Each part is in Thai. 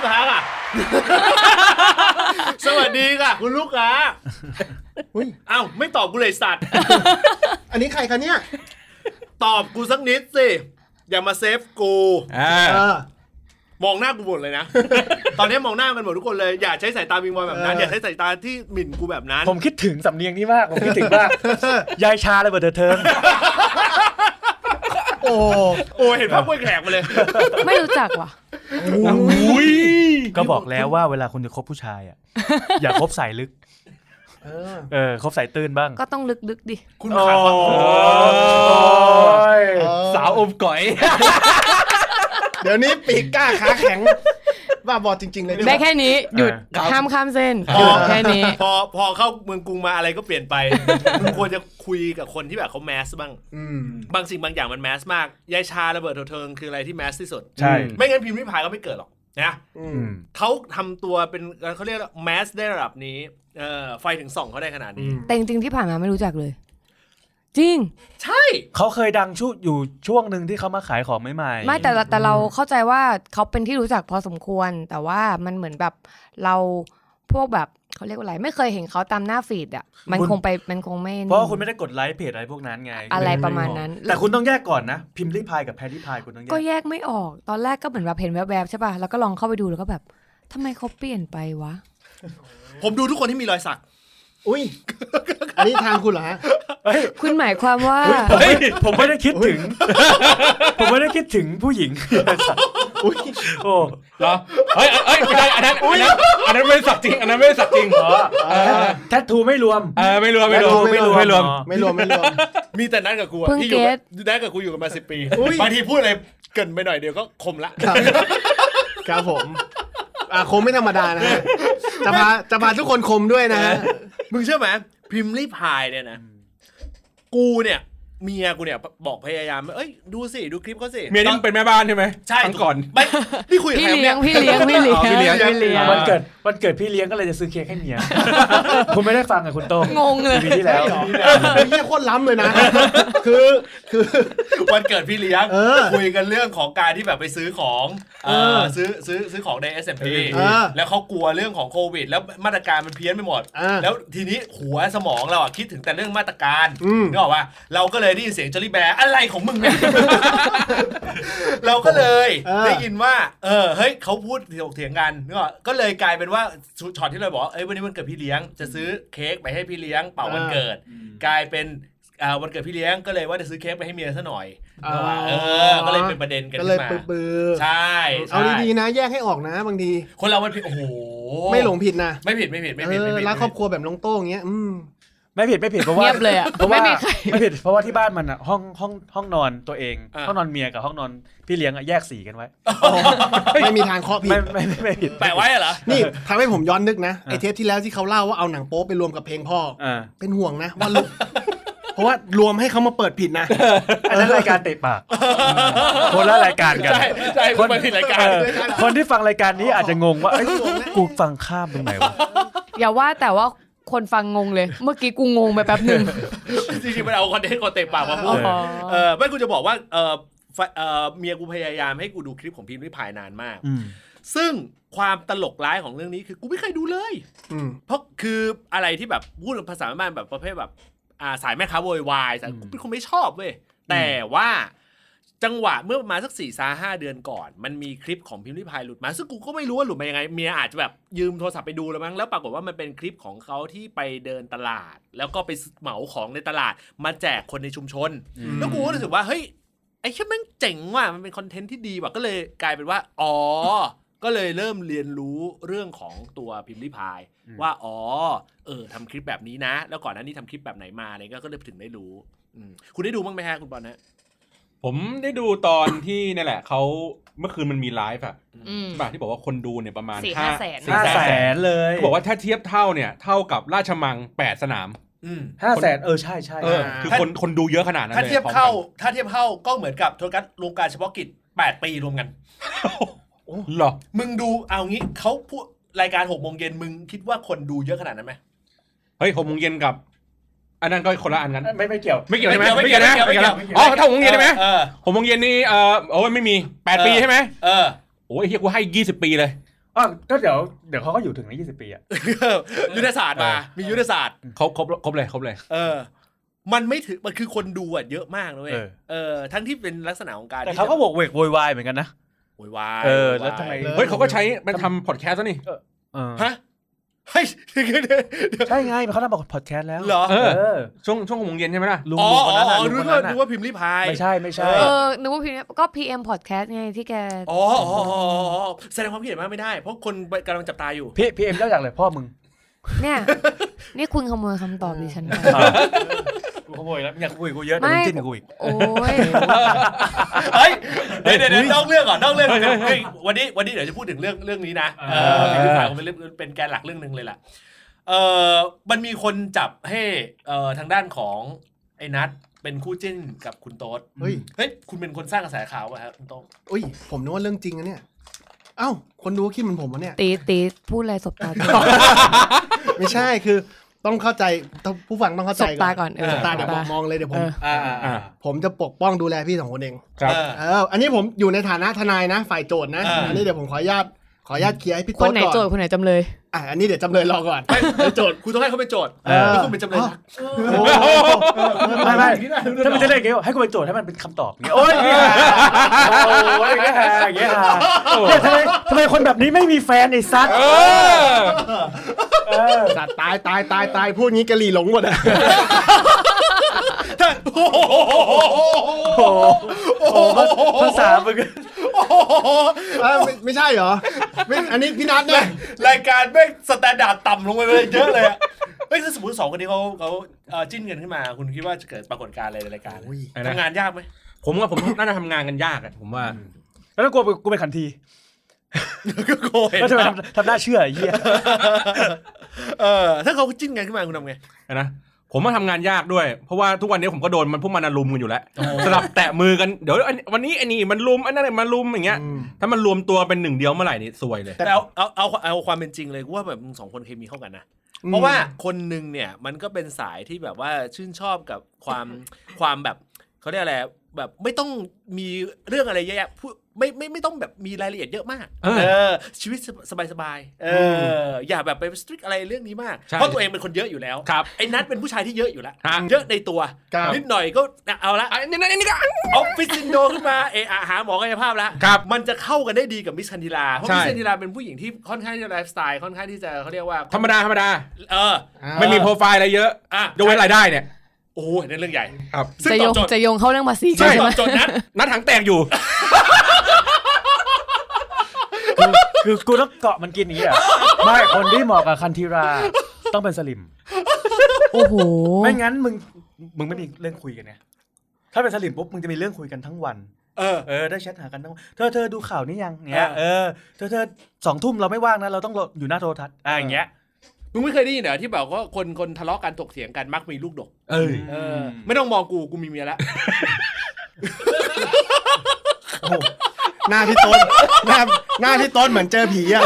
ค้าค่ะสวัสดีค่ะคุณลูกค้าอ้าวไม่ตอบกูเลยสัตว์อันนี้ใครคะเนี่ยตอบกูสักนิดสิอย่ามาเซฟกูมองหน้ากูหมดเลยนะตอนนี้มองหน้ากันหมดทุกคนเลยอย่าใช้สายตาวิงวอนแบบนั้นอย่าใช้สายตาที่หมิ่นกูแบบนั้นผมคิดถึงสำเนียงนี้มากผมคิดถึงมากยายชาเลยเบอร์เทิงโอ้เห็นภาพกล้วยแขกมาเลยไม่รู้จักว่ะก็บอกแล้วว่าเวลาคุณจะคบผู้ชายอ่ะอย่าคบสายลึกคบสายตื้นบ้างก็ต้องลึกๆดิคุณขาดความสาวอมก๋อยเดี๋ยวนี้ปีกกล้าขาแข็งว่าบอจริงๆเลยได้แค่นี้หยุดห้ามข้ามเส้นแค่นี้พอเข้าเมืองกรุงมาอะไรก็เปลี่ยนไปมึงควรจะคุยกับคนที่แบบเขาแมสบ้างบางสิ่งบางอย่างมันแมสมากยายชาระเบิดเทิงคืออะไรที่แมสที่สุดใช่ไม่งั้นพิมพ์ริพายก็ไม่เกิดหรอกนะเขาทำตัวเป็นเขาเรียกแมสได้ระดับนี้ไฟถึงส่องเขาได้ขนาดนี้แต่จริงๆที่ผ่านมาไม่รู้จักเลยจริงใช่เขาเคยดังอยู่ช่วงนึงที่เขามาขายของใหม่ๆไม่แต่เราเข้าใจว่าเขาเป็นที่รู้จักพอสมควรแต่ว่ามันเหมือนแบบเราพวกแบบเขาเรียกว่าอะไรไม่เคยเห็นเขาตามหน้าฟีดอ่ะมันคงไม่เพราะคุณไม่ได้กดไลค์เพจอะไรพวกนั้นไงอะไรประมาณนั้นแต่คุณต้องแยกก่อนนะพิมพ์ริพายกับแพรริพายคุณต้องแยกก็แยกไม่ออกตอนแรกก็เหมือนแบบเห็นแวบๆใช่ป่ะแล้วก็ลองเข้าไปดูแล้วก็แบบทำไมเขาเปลี่ยนไปวะผมดูทุกคนที่มีรอยสักอุ้ยอันนี้ทางคุณเหรอฮะคุณหมายความว่าผมไม่ได้คิดถึงผมไม่ได้คิดถึงผู้หญิงอุ้ยโอ้เหรอไม่ได้อันนั้นไม่สักจริงอันนั้นไม่สักจริงแทททูไม่รวมไม่รวมมีแต่นัดกับกูที่อยู่นัดกับกูอยู่กันมา10 ปีบางทีพูดอะไรเกินไปหน่อยเดียวก็คมละครับผมคมไม่ธรรมดานะฮะจะพาทุกคนคมด้วยนะฮะมึงเชื่อไหมพิมพ์ริพายเนี่ยนะกูเนี่ยเมียกูเนี่ยบอกพยายามดูสิดูคลิปเขาสิเมียนี่เป็นแม่บ้านใช่ไหมใช่ก่อนไม่นี่คุยกับพี่เลี้ยงวันเกิดพี่เลี้ยงก็เลยจะซื้อเค้กให้เมียคุณไม่ได้ฟังกับคุณโต้งงงเลยปีที่แล้วนี่โคตรล้ำเลยนะคือวันเกิดพี่เลี้ยงคุยกันเรื่องของการที่แบบไปซื้อของซื้อของใน S&P แล้วเขากลัวเรื่องของโควิดแล้วมาตรการมันเพี้ยนไปหมดแล้วทีนี้หัวสมองเราคิดถึงแต่เรื่องมาตรการนึกออกป่ะเราก็เลยได้ยินเสียงจอร์ลี่แบร์อะไรของมึงเนี่ยเราก็เลยได้ยินว่าเฮ้ยเขาพูดเถียงกันก็เลยกลายเป็นว่าช็อตที่เราบอกวันนี้วันเกิดพี่เลี้ยงจะซื้อเค้กไปให้พี่เลี้ยงเป่าวันเกิดกลายเป็นวันเกิดพี่เลี้ยงก็เลยว่าจะซื้อเค้กไปให้เมียซะหน่อยก็เลยเป็นประเด็นกันขึ้นมาใช่เอาดีๆนะแยกให้ออกนะบางทีคนเรามันผิดโอ้โหไม่หลงผิดนะไม่ผิดรักครอบครัวแบบน้องโต้งเงี้ยไม่ผิดเพราะว่าเงียบเลยอ่ะไม่ผิดเพราะว่าที่บ้านมันอ่ะห้องนอนตัวเองห้องนอนเมียกับห้องนอนพี่เลี้ยงอ่ะแยกสีกันไว้ไม่มีทางเคาะผิดไม่ผิดแปะไว้เหรอนี่ทำให้ผมย้อนนึกนะไอเทปที่แล้วที่เขาเล่าว่าเอาหนังโป๊ไปรวมกับเพลงพ่อเป็นห่วงนะว่าเพราะว่ารวมให้เขามาเปิดผิดนะอันนั้นรายการเตะปากคนละรายการกันใช่คนผิดรายการคนที่ฟังรายการนี้อาจจะงงว่ากูฟังข้ามตรงไหนวะอย่าว่าแต่ว่าคนฟังงงเลยเมื่อกี้กูงงไปแป๊บนึงจริงๆมันเอาคอนเทนต์คนเตะปากมาพูดไม่กูจะบอกว่าเมียกูพยายามให้กูดูคลิปของพิมพ์ริพายนานมากซึ่งความตลกร้ายของเรื่องนี้คือกูไม่เคยดูเลยเพราะคืออะไรที่แบบพูดภาษาบ้านแบบประเภทแบบสายแม่ค้าโวยวายกูเป็นคนไม่ชอบเว้ยแต่ว่าจังหวะเมื่อประมาณสัก 4-5 เดือนก่อนมันมีคลิปของพิมพ์ริพายหลุดมาซึ่งกูก็ไม่รู้ว่าหลุดมายังไงเมียอาจจะแบบยืมโทรศัพท์ไปดูแล้วมั้งแล้วปรากฏว่ามันเป็นคลิปของเขาที่ไปเดินตลาดแล้วก็ไปเหมาของในตลาดมาแจกคนในชุมชนแล้วกูก็รู้สึกว่าเฮ้ยไอ้แค่แม่งเจ๋งว่ะมันเป็นคอนเทนต์ที่ดีว่ะก็เลยกลายเป็นว่าก็เลยเริ่มเรียนรู้เรื่องของตัวพิมพ์ริพายว่าทำคลิปแบบนี้นะแล้วก่อนหน้านี้ทำคลิปแบบไหนมาอะไรก็เลยถึงได้รู้คุณได้ดูบ้างไหมฮะคุณปอนนะผมได้ดูตอนที่นี่แหละเขาเมื่อคืนมันมีไลฟ์อะป่ะที่บอกว่าคนดูเนี่ยประมาณ 500,000 เลยบอกว่าถ้าเทียบเท่าเนี่ยเท่ากับราชมัง8 สนาม 500,000ใช่คือคนดูเยอะขนาดนั้นเลยถ้าเทียบเท่าก็เหมือนกับโทรทัศน์โรงการเฉพาะกิจ8 ปีรวมกันหรอมึงดูเอางี้เขาพูดรายการ 6 โมงเย็นมึงคิดว่าคนดูเยอะขนาดนั้นไหมเฮ้ย 6 โมงเย็นกับอันนั้นก็คนละอันกันไม่เกี่ยวใช่ไหมไม่เกี่ยวนะถ้า6 โมงเย็นใช่ไหม6 โมงเย็นนี่ไม่มี8 ปีใช่ไหมโอ้ยเฮียกูให้20 ปีเลยก็เดี๋ยวเขาก็อยู่ถึงใน20 ปีอ่ะยุทธศาสตร์มามียุทธศาสตร์ครบเลยมันไม่ถึงมันคือคนดูอ่ะเยอะมากนะเว้ยทั้งที่เป็นลักษณะของการแต่เขาก็โวยวายเหมือนกันนะโวยวายแล้วทำไมเฮ้ยเขาก็ใช้มันทำพอดแคสต์นี่ฮะเฮ้ยใช่ไงเขาทำพอดแคสต์แล้วเหรอช่วง6 โมงเย็นใช่ไหมล่ะลุงคนนั้นนึกว่าพิมพ์ริพายไม่ใช่นึกว่าพิมพ์ก็ PM Podcast ไงที่แกแสดงความคิดเห็นมากไม่ได้เพราะคนกำลังจับตาอยู่ PM เจ้าจากอะไรพ่อมึงเนี่ยนี่คุณขโมยคำตอบดิฉันไปกูขโมยแล้วอยากคุยกูเยอะแต่มึงจิ้นกูอีกโอ้ยเฮ้ยเดี๋ยวนอกเรื่องก่อนนอกเรื่องวันนี้เดี๋ยวจะพูดถึงเรื่องนี้นะพิมพ์ริพายเป็นแกนหลักเรื่องนึงเลยล่ะมันมีคนจับให้ทางด้านของไอ้นัทเป็นคู่จิ้นกับคุณโต๊ดเฮ้ยคุณเป็นคนสร้างกระแสข่าวป่ะครับคุณโต๊ดผมนึกว่าเรื่องจริงนะเนี่ยเอ้าคนดูคิดเหมือนผมวะเนี่ยตีพูดอะไรสบตาไม่ใช่คือต้องเข้าใจผู้ฟังต้องเข้าใจก่อนสบตาเดี๋ยวมองเลยเดี๋ยวผมจะปกป้องดูแลพี่2 คนเองอันนี้ผมอยู่ในฐานะทนายนะฝ่ายโจทย์นะอันนี้เดี๋ยวผมขออนุญาตเคลียร์ให้พี่โต๊ดก่อนคนไหนโจทย์คนไหนจำเลยอันนี้เดี๋ยวจำเลยรอก่อนโจทย์คุณต้องให้เขาเป็นโจทย์แล้วคุณเป็นจำเลยไม่ถ้ามันจะได้เกี่ยวให้กูเป็นโจทย์ให้มันเป็นคำตอบอย่างเงี้ยโอ้ยอย่างเงี้ยทำไมคนแบบนี้ไม่มีแฟนไอ้ซัดสัตว์ตายพูดงี้กะหรี่หลงหมดอ่ะภาษามึงไม่ใช่เหรออันนี้พี่นัทเนี่ยรายการไม่สแตนดาร์ดต่ำลงไปเลยเยอะเลยอ่ะถ้าสมมติ2 คนนี้เขาจิ้นกันขึ้นมาคุณคิดว่าจะเกิดปรากฏการณ์อะไรในรายการทำงานยากไหมผมน่าจะทำงานกันยากอ่ะผมว่าแล้วกูเป็นขันทีก็โกยแล้วทำหน้าเชื่อไอ้เหี้ยถ้าเขาจิ้นกันขึ้นมาคุณทำไงนะผมว่าทำงานยากด้วยเพราะว่าทุกวันนี้ผมก็โดนพวกมันลุมกันอยู่แล้วสลับแตะมือกันเดี๋ยววันนี้ไอ้นี่มันลุมอันนั้นมันลุมอย่างเงี้ยถ้ามันรวมตัวเป็น1 เดียวเมื่อไหร่นี่ซวยเลยแต่เอาความเป็นจริงเลยกูว่าแบบมึง2 คนเคมีเข้ากันนะเพราะว่าคนนึงเนี่ยมันก็เป็นสายที่แบบว่าชื่นชอบกับความแบบเขาเรียกอะไรแบบไม่ต้องมีเรื่องอะไรเยอะๆไม่ต้องแบบมีรายละเอียดเยอะมากชีวิตสบายๆอย่าแบบไปสตริกอะไรเรื่องนี้มากเพราะตัวเองเป็นคนเยอะอยู่แล้วไอ้นัทเป็นผู้ชายที่เยอะอยู่แล้วเยอะในตัวนิดหน่อยก็เอาละนี่ก็ออฟฟิศซินโดขึ้นมาหาหมอกายภาพแล้วมันจะเข้ากันได้ดีกับมิสคันธีลาเพราะมิสคันธีลาเป็นผู้หญิงที่ค่อนข้างที่จะไลฟ์สไตล์ค่อนข้างที่จะเขาเรียกว่าธรรมดาไม่มีโปรไฟล์อะไรเยอะยกเว้นรายได้เนี่ยโอ้ยนั่นเรื่องใหญ่ครับจะโยงเข้าเรื่องภาษีใช่ไหมจดนัดถังแตกอยู่คือกูต้องเกาะมันกินอย่างนี้อ่ะไม่คนที่เหมาะกับคันธีราต้องเป็นสลิมโอ้โหไม่งั้นมึงไม่มีเรื่องคุยกันไงถ้าเป็นสลิมปุ๊บมึงจะมีเรื่องคุยกันทั้งวันได้แชทหากันทั้งวันเธอดูข่าวนี้ยังเนี่ยเธอ20 ทุ่มเราไม่ว่างนะเราต้องอยู่หน้าโทรทัศน์อย่างเงี้ยมึงไม่เคยได้ยินเหรอที่บอกว่าคนทะเลาะกันถกเถียงกันมักมีลูกดกไม่ต้องมองกูมีเมียแล้วหน้าพี่ต้นหน้าพี่ต้นเหมือนเจอผีอ่ะ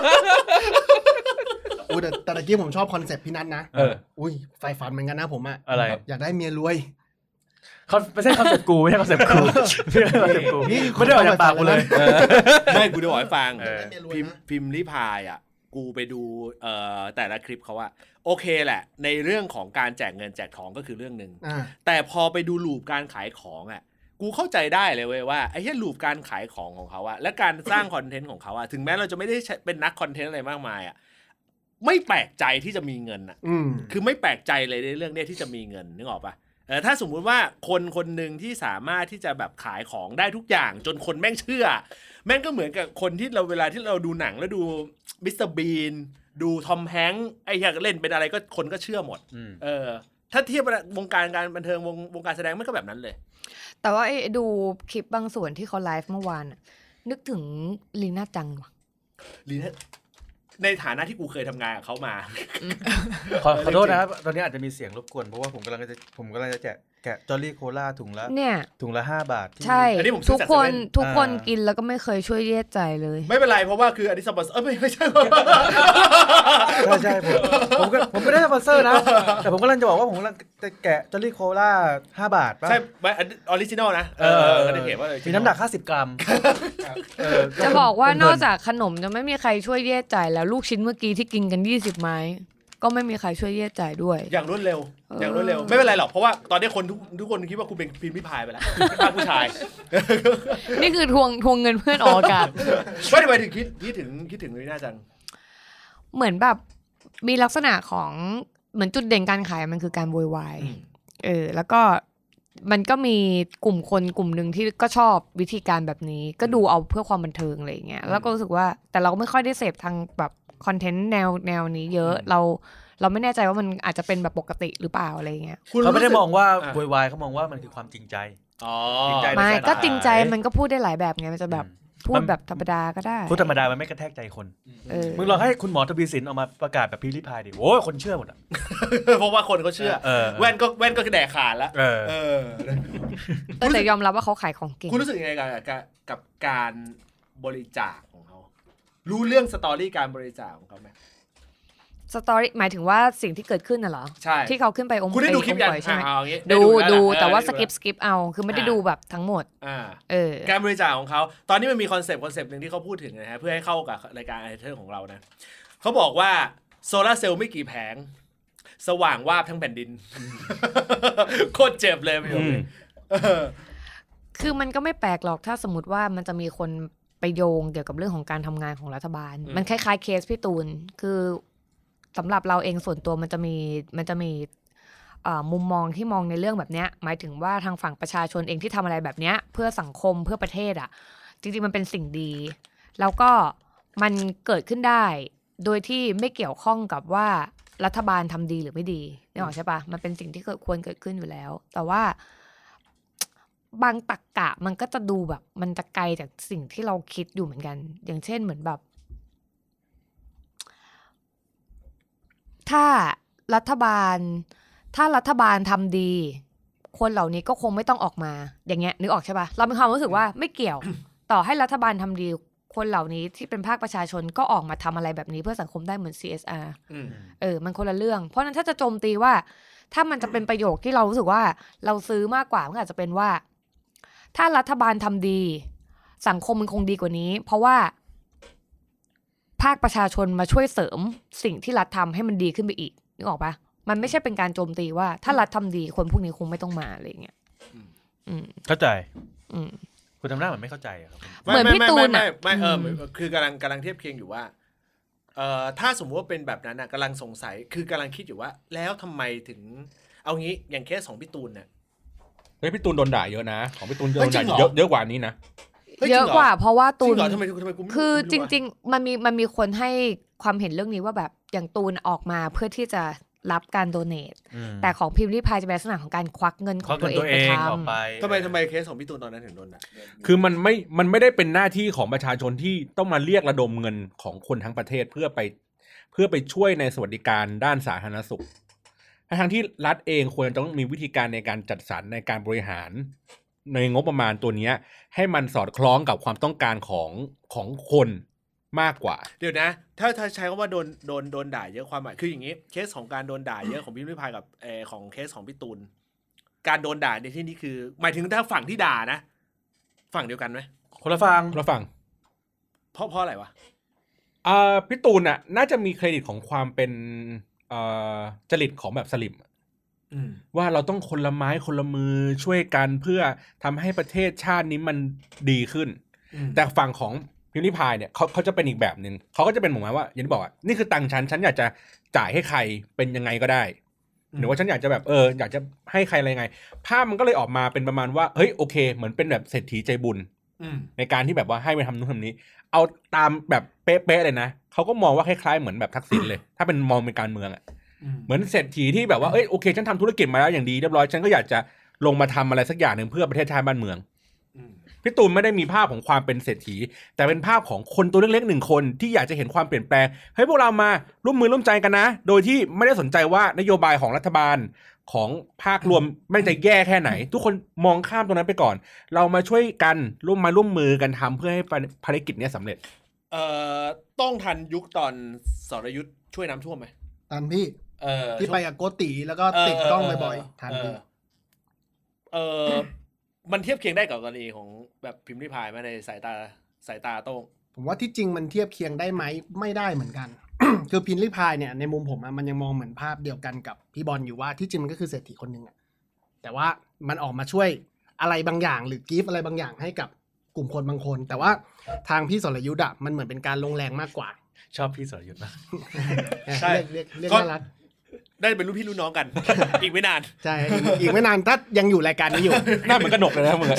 แต่ตะกี้ผมชอบคอนเซ็ปต์พี่นัทนะไฟฝันเหมือนกันนะผมอ่ะอะไรอยากได้เมียรวยไม่ใช่คอนเซ็ปต์กูไม่ใช่คอนเซ็ปต์กูไม่ได้ออกจากปากกูเลยไม่กูจะบอกให้ฟังพิมพ์ริพายอ่ะกูไปดูแต่ละคลิปเขาว่าโอเคแหละในเรื่องของการแจกเงินแจกทองก็คือเรื่องนึงแต่พอไปดูลูปการขายของอ่ะกูเข้าใจได้เลยเว้ยว่าไอ้แค่ลูปการขายของของเขาอะและการสร้างคอนเทนต์ของเขาอะถึงแม้เราจะไม่ได้เป็นนักคอนเทนต์อะไรมากมายอะไม่แปลกใจที่จะมีเงินอะคือไม่แปลกใจเลยในเรื่องนี้ที่จะมีเงินนึกออกปะถ้าสมมุติว่าคนหนึ่งที่สามารถที่จะแบบขายของได้ทุกอย่างจนคนแม่งเชื่อแม่งก็เหมือนกับคนที่เราเวลาที่เราดูหนังแล้วดูมิสเตอร์บีนดูทอมแฮงค์ไอ้อยากเล่นเป็นอะไรก็คนก็เชื่อหมดถ้าเทียบกับวงการบันเทิงวงการแสดงมันก็แบบนั้นเลยแต่ว่าดูคลิปบางส่วนที่เขาไลฟ์เมื่อวานนึกถึงลีน่าจังว่ะลีน่าในฐานะที่กูเคยทำงานกับเขามาขอโทษนะครับตอนนี้อาจจะมีเสียงรบกวนเพราะว่าผมกำลังจะแกะจอรี่โคลาถุงละ5 บาทใช่ทุกคนกินแล้วก็ไม่เคยช่วยเยียดใจเลยไม่เป็นไรเพราะว่าคืออันนี้สปอนเซอร์ไม่ใช่ใช่ผมไม่ได้สปอนเซอร์นะแต่ผมกำลังจะบอกว่าผมกำลังจะแกะจอรี่โคลา5 บาทใช่ออริจินอลนะได้เห็นว่ามีน้ำหนัก50 กรัมจะบอกว่านอกจากขนมจะไม่มีใครช่วยเยียดใจแล้วลูกชิ้นเมื่อกี้ที่กินกัน20 ไม้ก็ไม่มีใครช่วยเยียดใจด้วยอย่างรวดเร็วไม่เป็นไรหรอกเพราะว่าตอนนี้คนทุกคนคิดว่าคุณเป็นพิมพ์ริพายไปแล้วเป็นผู้ชายนี่คือทวงเงินเพื่อนออกอากาศไม่ได้ไปถึงคิดถึงเลยน่าจังเหมือนแบบมีลักษณะของเหมือนจุดเด่นการขายมันคือการโวยวายแล้วก็มันก็มีกลุ่มคนกลุ่มนึงที่ก็ชอบวิธีการแบบนี้ก็ดูเอาเพื่อความบันเทิงอะไรอย่างเงี้ยแล้วก็รู้สึกว่าแต่เราไม่ค่อยได้เสพทางแบบคอนเทนต์แนวนี้เยอะเราไม่แน่ใจว่ามันอาจจะเป็นแบบปกติหรือเปล่าอะไรเงี้ยเขาไม่ได้มองว่าโวยวายเขามองว่ามันคือความจริงใจไม่ก็จริงใจมันก็พูดได้หลายแบบไงมันจะแบบพูดแบบธรรมดาก็ได้พูดธรรมดามันไม่กระแทกใจคนมึงลองให้คุณหมอทวีสินออกมาประกาศแบบพิมพ์ริพายดิโอ้ยคนเชื่อหมดอ่ะเพราะว่าคนเขาเชื่อแว่นก็แดกขาดแล้วแต่ยอมรับว่าเขาขายของเก่งคุณรู้สึกยังไงกับการบริจาคของเขารู้เรื่องสตอรี่การบริจาคของเขาไหมสตอรี่หมายถึงว่าสิ่งที่เกิดขึ้นน่ะเหรอใช่ที่เขาขึ้นไปองค์คุณได้ดูคลิปใช่ไหมดูแต่ว่าสกิปเอาคือไม่ได้ดูแบบทั้งหมดการบริจาคของเขาตอนนี้มันมีคอนเซปต์นึงที่เขาพูดถึงนะฮะเพื่อให้เข้ากับรายการไอเทอร์ของเรานะเขาบอกว่าโซลาร์เซลล์ไม่กี่แผงสว่างวาบทั้งแผ่นดินโคตรเจ็บเลยพี่คือมันก็ไม่แปลกหรอกถ้าสมมติว่ามันจะมีคนไปโยงเกี่ยวกับเรื่องของการทำงานของรัฐบาลมันคล้ายๆเคสพี่ตูนคือสำหรับเราเองส่วนตัวมันจะมีมุมมองที่มองในเรื่องแบบนี้หมายถึงว่าทางฝั่งประชาชนเองที่ทำอะไรแบบนี้เพื่อสังคมเพื่อประเทศอ่ะจริงๆมันเป็นสิ่งดีแล้วก็มันเกิดขึ้นได้โดยที่ไม่เกี่ยวข้องกับว่ารัฐบาลทำดีหรือไม่ดีนี่หรอใช่ปะมันเป็นสิ่งที่ควรเกิดขึ้นอยู่แล้วแต่ว่าบางตรรกะมันก็จะดูแบบมันจะไกลจากสิ่งที่เราคิดอยู่เหมือนกันอย่างเช่นเหมือนแบบถ้ารัฐบาลทำดีคนเหล่านี้ก็คงไม่ต้องออกมาอย่างเงี้ยนึกออกใช่ปะเรามีความรู้สึกว่าไม่เกี่ยวต่อให้รัฐบาลทำดีคนเหล่านี้ที่เป็นภาคประชาชนก็ออกมาทำอะไรแบบนี้เพื่อสังคมได้เหมือน CSR มันคนละเรื่องเพราะนั้นถ้าจะโจมตีว่าถ้ามันจะเป็นประโยคที่เรารู้สึกว่าเราซื้อมากกว่ามันอาจจะเป็นว่าถ้ารัฐบาลทำดีสังคมมันคงดีกว่านี้เพราะว่าภาคประชาชนมาช่วยเสริมสิ่งที่รัฐทำให้มันดีขึ้นไปอีกนึกออกปะมันไม่ใช่เป็นการโจมตีว่าถ้ารัฐทำดีคนพวกนี้คงไม่ต้องมาอะไรอย่างเงี้ยเข้าใจคุณทำหน้าเหมือนไม่เข้าใจครับเหมือนพี่ตูนอ่ะไม่คือกำลังเทียบเคียงอยู่ว่าถ้าสมมติว่าเป็นแบบนั้นกำลังสงสัยคือกำลังคิดอยู่ว่าแล้วทำไมถึงเอางี้อย่างเคสของพี่ตูนเนี่ยพี่ตูนโดนด่าเยอะนะของพี่ตูนโดนด่าเยอะกว่านี้นะเยอะกว่าเพราะว่าตูนคือจริงๆมันมีคนให้ความเห็นเรื่องนี้ว่าแบบอย่างตูนออกมาเพื่อที่จะรับการโดเนทแต่ของพิมพ์ริพายจะเป็นลักษณะของการควักเงินของตัวเองไปทำทำไมเคสของพี่ตูนตอนนั้นถึงโดนด่าคือมันไม่ได้เป็นหน้าที่ของประชาชนที่ต้องมาเรียกระดมเงินของคนทั้งประเทศเพื่อไปช่วยในสวัสดิการด้านสาธารณสุขทั้งที่รัฐเองควรจะต้องมีวิธีการในการจัดสรรในการบริหารในงบประมาณตัวนี้ให้มันสอดคล้องกับความต้องการของคนมากกว่าเดี๋ยวนะถ้าใช้คำว่าโดนด่าเยอะความหมายคืออย่างนี้เคสของการโดนด่าเยอะของพิมพ์ริพายกับของเคสของพี่ตูนการโดนด่าในที่นี้คือหมายถึงถ้าฝั่งที่ด่านะฝั่งเดียวกันไหมคนละฝั่งเพราะอะไรวะพี่ตูนน่ะน่าจะมีเครดิตของความเป็นจริตของแบบสลิมว่าเราต้องคนละไม้คนละมือช่วยกันเพื่อทำให้ประเทศชาตินี้มันดีขึ้นแต่ฝั่งของพิมพ์ริพายเนี่ยเขาจะเป็นอีกแบบนึงเขาก็จะเป็นเหมือนว่าอย่างที่บอกอ่ะนี่คือตังค์ฉันอยากจะจ่ายให้ใครเป็นยังไงก็ได้หรือว่าฉันอยากจะแบบอยากจะให้ใครอะไรไงภาพมันก็เลยออกมาเป็นประมาณว่าเฮ้ยโอเคเหมือนเป็นแบบเศรษฐีใจบุญในการที่แบบว่าให้ไปทำนู่นทำนี้เอาตามแบบเป๊ะๆเลยนะเขาก็มองว่าคล้ายๆเหมือนแบบทักษิณเลยถ้าเป็นมองเป็นการเมืองอ่ะเหมือนเศรษฐีที่แบบว่าโอเคฉันทำธุรกิจมาแล้วอย่างดีเรียบร้อยฉันก็อยากจะลงมาทำอะไรสักอย่างนึงเพื่อประเทศชาติบ้านเมืองพี่ตูนไม่ได้มีภาพของความเป็นเศรษฐีแต่เป็นภาพของคนตัวเล็กๆ1คนที่อยากจะเห็นความเปลี่ยนแปลงให้พวกเรามาร่วมมือร่วมใจกันนะโดยที่ไม่ได้สนใจว่านโยบายของรัฐบาลของภาครวมไม่จะแย่แค่ไหนทุกคนมองข้ามตรงนั้นไปก่อนเรามาช่วยกันร่วมมือกันทำเพื่อให้ภารกิจนี้สำเร็จต้องทันยุคตอนสรยุทธช่วยน้ำท่วมไหมทันพี่ที่ไปกับโกติแล้วก็ติดกล้องบ่อยๆทันพี่มันเทียบเคียงได้กับกรณีของแบบพิมพ์ริพายไหมในสายตาโต้งผมว่าที่จริงมันเทียบเคียงได้ไหมไม่ได้เหมือนกัน คือพิมพ์ริพายเนี่ยในมุมผมมันยังมองเหมือนภาพเดียวกันกับพี่บอลอยู่ว่าที่จริงมันก็คือเศรษฐีคนนึงอะแต่ว่ามันออกมาช่วยอะไรบางอย่างหรือกิฟต์อะไรบางอย่างให้กับกลุ่มคนบางคนแต่ว่าทางพี่สรยุทธ์มันเหมือนเป็นการลงแรงมากกว่าชอบพี่สรยุทธ์นะใช่เรียกน่ารักได้เป็นรุ่นพี่รุ่นน้องกัน อีกไม่นานใช่อีกไม่นานถ้ายังอยู่รายการนี้อยู่หน้าเหมือนกระหนกเลยนะมึง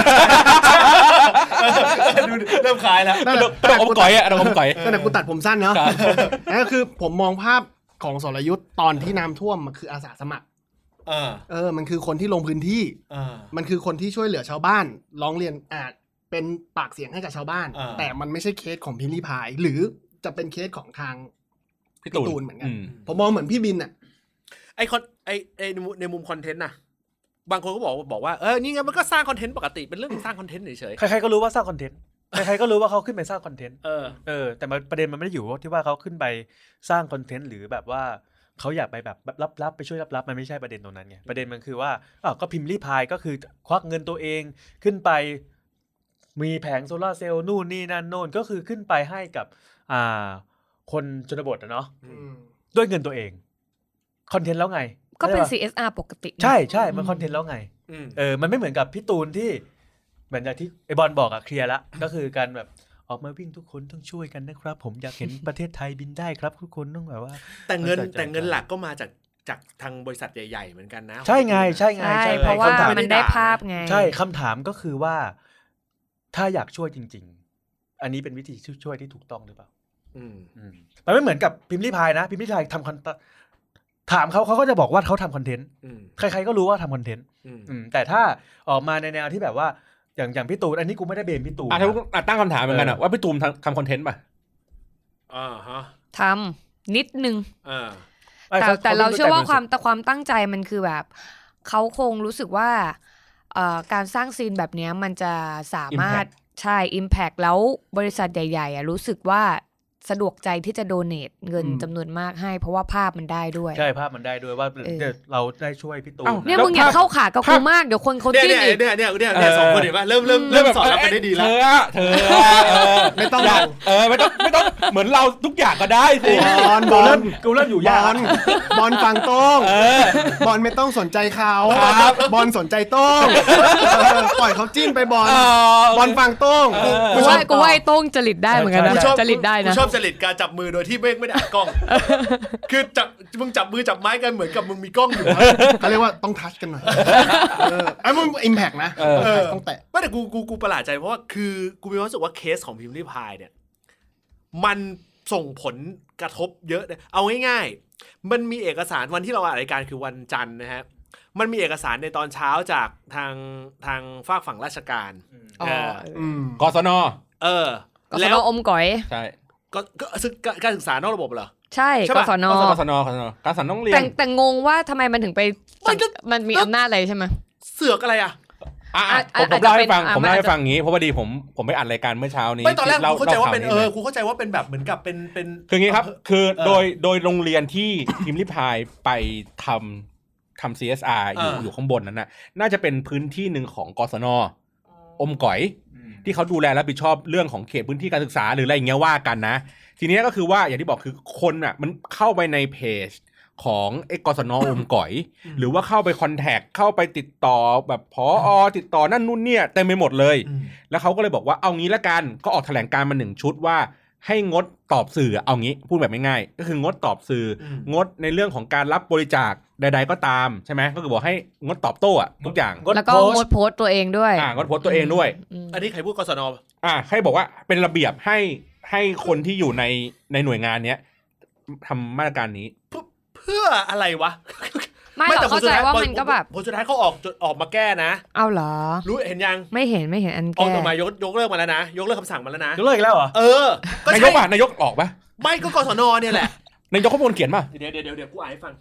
เริ่มคล้ายแล้วกระหนกอมก๋อยอะกระหนกอมก๋อยแต่กูตัดผมสั้นเนาะนั่นก็คือผมมองภาพของสรยุทธ์ตอนที่น้ำท่วมมันคืออาสาสมัครมันคือคนที่ลงพื้นที่มันคือคนที่ช่วยเหลือชาวบ้านร้องเรียนเป็นปากเสียงให้กับชาวบ้านแต่มันไม่ใช่เคสของพิมพ์ริพายหรือจะเป็นเคสของทางพี่ตูนเหมือนกันผมมองเหมือนพี่บินน่ะไอในมุมคอนเทนต์น่ะบางคนก็บอกว่านี่ไงมันก็สร้างคอนเทนต์ปกติเป็นเรื่องสร้างคอนเทนต์เฉยๆใครๆก็รู้ว่าสร้างคอนเทนต์ใครๆก็รู้ว่าเขาขึ้นไปสร้างคอนเทนต์แต่ประเด็นมันไม่ได้อยู่ที่ว่าเขาขึ้นไปสร้างคอนเทนต์หรือแบบว่าเขาอยากไปแบบลับๆไปช่วยลับๆมันไม่ใช่ประเด็นตรงนั้นไงประเด็นมันคือว่าก็พิมพ์ริพายก็คือควักเงินตัวเองขึ้นไปมีแผงโซล่าเซลล์นู่นนี่นั่นโน่นก็คือขึ้นไปให้กับคนชนบทเนาะด้วยเงินตัวเองคอนเทนต์แล้วไงก็เป็น CSR ปกติใช่มันคอนเทนต์แล้วไงมันไม่เหมือนกับพี่ตูนที่เหมือนอย่างที่ไอบอลบอกเคลียร์ละก็คือการแบบออกมาวิ่งทุกคนต้องช่วยกันนะครับผมอยากเห็นประเทศไทยบินได้ครับทุกคนต้องแบบว่าแต่เงินหลักก็มาจากทางบริษัทใหญ่ๆเหมือนกันนะใช่ไงเพราะว่ามันได้ภาพไงใช่คำถามก็คือว่าถ้าอยากช่วยจริงๆอันนี้เป็นวิธีช่วยที่ถูกต้องหรือเปล่ามันไม่เหมือนกับพิมพ์ริพายนะพิมพ์ริพายทำถามเขาก็จะบอกว่าเขาทำคอนเทนต์ใครๆก็รู้ว่าทำคอนเทนต์แต่ถ้าออกมาในแนวที่แบบว่าอย่างพี่ตูนอันนี้กูไม่ได้เบนพี่ตูนตั้งคำถามเหมือนกันว่าพี่ตูนทำคอนเทนต์ป่ะทำนิดนึงแต่เราเชื่อว่าความตั้งใจมันคือแบบเขาคงรู้สึกว่าการสร้างซีนแบบนี้มันจะสามารถใช่ impact แล้วบริษัทใหญ่ๆรู้สึกว่าสะดวกใจที่จะโดเนทเงินจำนวนมากให้เพราะว่าภาพมันได้ด้วยใช่ภาพมันได้ด้วยว่าเราได้ช่วยพี่ตูนเนี่ยมึงอย่าเข้าขากับกูมากเดี๋ยวคนเขาจิ้นอีกเนี่ยสองคนเห็นป่ะเริ่มสอนรับกันได้ดีแล้วเธอไม่ต้องไม่ต้องเหมือนเราทุกอย่างก็ได้สิบอลกูเริ่มอยู่ยากบอลฟังโต้งบอลไม่ต้องสนใจเขาบอลสนใจโต้งปล่อยเขาจิ้นไปบอลฟังโต้งกูว่าไอ้โต้งจริตได้เหมือนกันนะจริตได้นะจริตการจับมือโดยที่ไม่ได้อัดกล้องคือมึงจับมือจับไม้กันเหมือนกับมึงมีกล้องอยู่เขาเรียกว่าต้องทัชกันหน่อยมันอิมแพคนะต้องแตะไม่แต่กูประหลาดใจเพราะว่าคือกูมีความรู้สึกว่าเคสของพิมพ์ริพายเนี่ยมันส่งผลกระทบเยอะเลยเอาง่ายๆมันมีเอกสารวันที่เราอัดรายการคือวันจันทร์นะฮะมันมีเอกสารในตอนเช้าจากทางฝากฝั่งราชการกสนแล้วอมก๋อยใช่ก็การศึกษานอกระบบเหรอใช่กสนการสอนต้องเรียนแต่งงว่าทำไมมันถึงไปมันมีอำนาจอะไรใช่ไหมเสือกอะไรอ่ะผมเล่าให้ฟังงี้เพราะว่าดีผมไปอัดรายการเมื่อเช้านี้ไม่ตอนแรกกูเข้าใจว่าเป็นกูเข้าใจว่าเป็นแบบเหมือนกับเป็นคืองี้ครับคือโดยโรงเรียนที่พิมพ์ริพายไปทำ CSR อยู่ข้างบนนั้นน่าจะเป็นพื้นที่หนึ่งของกสนอมก๋อยที่เขาดูแลรับผิดชอบเรื่องของเขตพื้นที่การศึกษาหรืออะไรอย่างเงี้ยว่ากันนะทีนี้ก็คือว่าอย่างที่บอกคือคนมันเข้าไปในเพจของกสนอมก๋อยหรือว่าเข้าไปคอนแทคเข้าไปติดต่อแบบผอ.ติดต่อนั่นนู่นเนี่ยเต็มไปหมดเลยแล้วเขาก็เลยบอกว่าเอางี้ละกันก็ออกแถลงการณ์มา1ชุดว่าให้งดตอบสื่อเอางี้พูดแบบง่ายๆก็คืองดตอบสื่องดในเรื่องของการรับบริจาคใดๆก็ตามใช่ไหมก็คือบอกให้งดตอบโต้ทุกอย่างแล้วก็งดโพสต์ตัวเองด้วยงดโพสต์ตัวเองด้วยอันนี้ใครพูดกสนให้บอกว่าเป็นระเบียบให้คนที่อยู่ในหน่วยงานเนี้ยทำมาตรการนี้เพื่ออะไรวะไม่แต่เข้าใจว่ามันก็แบบผลสุดท้ายเขาออกมาแก้นะเอาเหรอรู้เห็นยังไม่เห็นอันแก้ออกมายกเลิกมาแล้วนะยกเลิกคำสั่งมาแล้วนะยกเลิกแล้วเหรอนายกออกปะไม่ก็กสนเนี่ยแหละนายกเขาเป็นคนเขียนป่ะเดี๋ยวกูอ่านให้ฟัง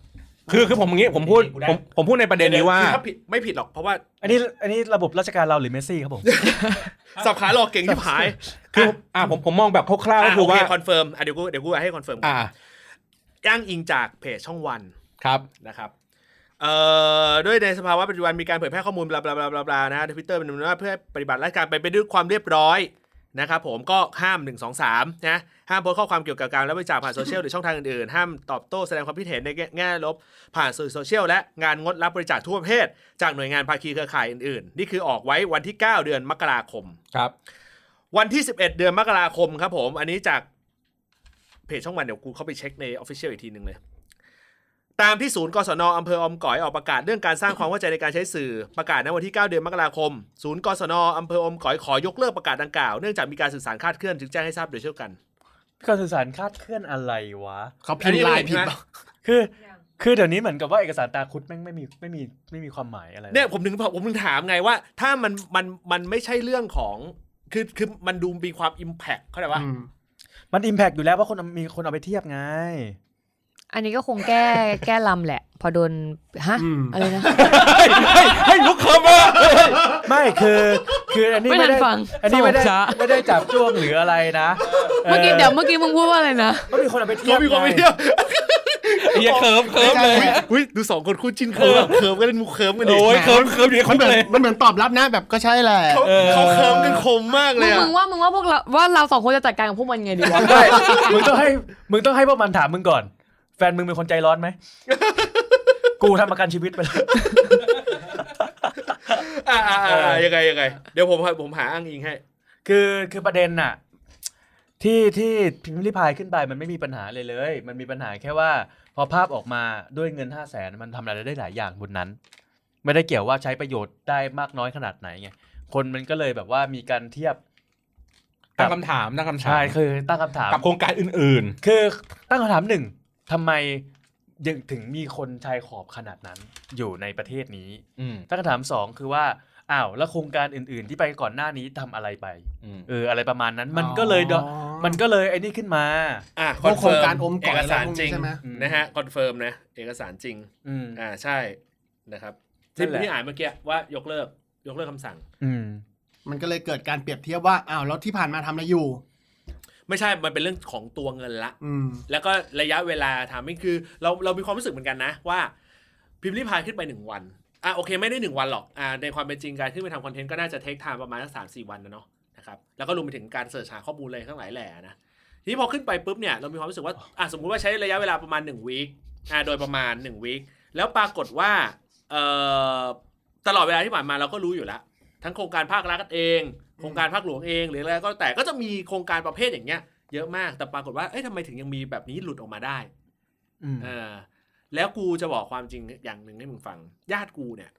คือผมอย่างงี้ผมพูดในประเด็นนี้ว่าถ้าผิดไม่ผิดหรอกเพราะว่าอันนี้ระบบราชการเราหรือเมสซี่ครับผมสับขาหลอกเก่งที่ผายคือผมมองแบบคร่าวๆก็คือว่าคอนเฟิร์มเดี๋ยวกูให้คอนเฟิร์มอ้างอิงจากเพจช่องวันครับนะครับด้วยในสภาวะปัจจุบันมีการเผยแพร่ข้อมูลบลาบลาบลาบลานะฮะ Twitter เป็นว่าเพื่อปฏิบัติราชการไปด้วยความเรียบร้อยนะครับผมก็ห้าม1 2 3นะห้ามโพสต์ข้อความเกี่ยวกับการรับบริจาคผ่านโซเชียลหรือช่องทางอื่นๆห้ามตอบโต้แสดงความคิดเห็นในแง่ลบผ่านสื่อโซเชียลและงานงดรับบริจาคทั่วประเทศจากหน่วยงานภาคีเครือข่ายอื่นๆนี่คือออกไว้วันที่9เดือนมกราคมครับวันที่11เดือนมกราคมครับผมอันนี้จากเพจช่องวันเดี๋ยวกูเข้าไปเช็คใน Official อีกทีนึงเลยตามที่ศูนย์กศน.อำเภออมก๋อยออกประกาศเรื่องการสร้างความเข้าใจในการใช้สื่อประกาศในวันที่9เดือนมกราคมศูนย์กศน.อำเภออมก๋อยขอยกเลิกประกาศดังกล่าวเนื่องจากมีการสื่อสารคลาดเคลื่อนจึงแจ้งให้ทราบโดยเช่นกันการสื่อสารคลาดเคลื่อนอะไรวะเขาพิมพ์ลายผิดคือเดี๋ยวนี้เหมือนกับว่าเอกสารตาคุดแม่งไม่มีความหมายอะไรเนี่ยผมถึงถามไงว่าถ้ามันไม่ใช่เรื่องของคือมันดูมีความ impact เข้าใจป่ะมัน impact อยู่แล้วว่ามีคนเอาไปเทียบไงอันนี้ก็คงแก้ลำแหละพอโดนอะไรนะให้ลุกเข้ามาไม่คืออันนี้ไม่ได้จับจ้วงหรืออะไรนะเมื่อกี้มึงพูดว่าอะไรนะก็มีคนเอาไปเทียบอย่าเคิร์ฟเลยอุ้ยดู2คนคู่จิ้นเคิร์ฟก็เล่นมุกเคิร์ฟกันดิโอ้ยเคิร์ฟอยู่ในคุกเลยมันเหมือนตอบรับนะแบบก็ใช่แหละเขาเคิร์ฟกันคมมากเลยมึงว่าพวกเราว่าเรา2คนจะจัดการกับพวกมันไงดีวะมึงต้องให้พวกมันถามมึงก่อนแฟนมึงเป็นคนใจร้อนไหม กูทำประกันชีวิตไปเลยยังไงเดี๋ยวผมหาอ้างอิงให้คือประเด็นน่ะที่พิมพ์ริพายขึ้นไปมันไม่มีปัญหาเลยมันมีปัญหาแค่ว่าพอภาพออกมาด้วยเงิน 500,000 มันทำอะไรได้หลายอย่างบนนั้นไม่ได้เกี่ยวว่าใช้ประโยชน์ได้มากน้อยขนาดไหนไงคนมันก็เลยแบบว่ามีการเทียบตั้งคำถามใช่คือตั้งคำถามกับโครงการอื่นๆคือตั้งคำถาม1ทำไมยังถึงมีคนชายขอบขนาดนั้นอยู่ในประเทศนี้ตั้งคำถาม2คือว่าอ้าวแล้วโครงการอื่นๆที่ไปก่อนหน้านี้ทำอะไรไปอะไรประมาณนั้นมันก็เลยไอ้นี่ขึ้นมาโครงการอมก่อนเอกสารจริงนะฮะคอนเฟิร์มนะเอกสารจริงใช่นะครับที่อ่านเมื่อกี้ว่ายกเลิกคำสั่งมันก็เลยเกิดการเปรียบเทียบว่าอ้าวแล้วที่ผ่านมาทำอะไรอยู่ไม่ใช่มันเป็นเรื่องของตัวเงินละแล้วก็ระยะเวลาทำนี่คือเรามีความรู้สึกเหมือนกันนะว่าพิมพ์ริพายขึ้นไป1วันโอเคไม่ได้1วันหรอกในความเป็นจริงการขึ้นไปทำคอนเทนต์ก็น่าจะเทคไทม์ประมาณสัก 3-4 วันนะเนาะนะครับแล้วก็รวมไปถึงการเสิร์ชหาข้อมูลอะไรทั้งหลายแหล่นะทีนี้พอขึ้นไปปุ๊บเนี่ยเรามีความรู้สึกว่าสมมุติว่าใช้ระยะเวลาประมาณ1วีคโดยประมาณ1วีคแล้วปรากฏว่าตลอดเวลาที่ผ่านมาเราก็รู้อยู่แล้วทั้งโครงการภาครัฐเองโครงการภาคหลวงเองหรืออะไรก็แต่ก็จะมีโครงการประเภทอย่างเงี้ยเยอะมากแต่ปรากฏว่าทำไมถึงยังมีแบบนี้หลุดออกมาได้แล้วกูจะบอกความจริงอย่างหนึ่งให้มึงฟังญาติกูเนี่ย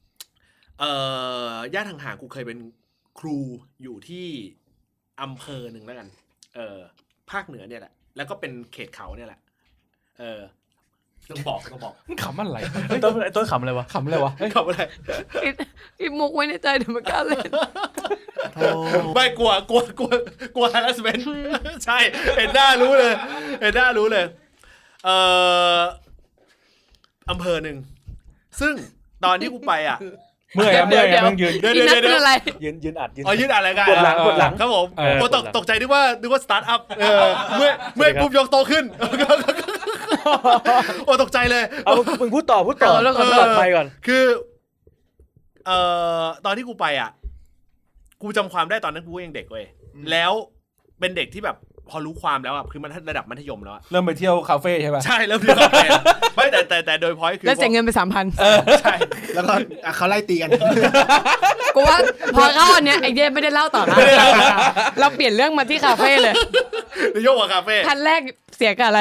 ญาติห่างๆกูเคยเป็นครูอยู่ที่อำเภอหนึ่งแล้วกันภาคเหนือเนี่ยแหละแล้วก็เป็นเขตเขาเนี่ยแหละต้องบอกขำอะไรต้นขำอะไรวะขำอะไรอีมุกไว้ในใจเดี๋ยวมันกล้าเล่นไม่กลัวฮาร์สเมนต์ใช่เห็นหน้ารู้เลยอำเภอหนึ่งซึ่งตอนที่กูไปเมื่อยมึงยืนอะไรยืนอัดยืนอัดอะไรกันปวดหลังครับผมตกใจนึกว่าสตาร์ทอัพเมื่อยปุ๊บยกโตขึ้นตกใจเลยมึงพูดต่อแล้วก็ตัดไปก่อนคือตอนที่กูไปกูจำความได้ตอนนั้นกูยังเด็กเว้ยแล้วเป็นเด็กที่แบบพอรู้ความแล้วคือมันระดับมัธยมแล้วเริ่มไปเที่ยวคาเฟ่ใช่ป่ะใช่เริ่มเที่ยวคาเฟ่ไม่แต่โดยพอยต์คือแล้วเสียเงินไป 3,000 ใช่แล้วก็เขาไล่ตีกันกูว่าพอเข้าอันเนี้ยไอเดียไม่ได้เล่าต่อนะเราเปลี่ยนเรื่องมาที่คาเฟ่เลยโยกกับคาเฟ่พันแรกเสียกับอะไร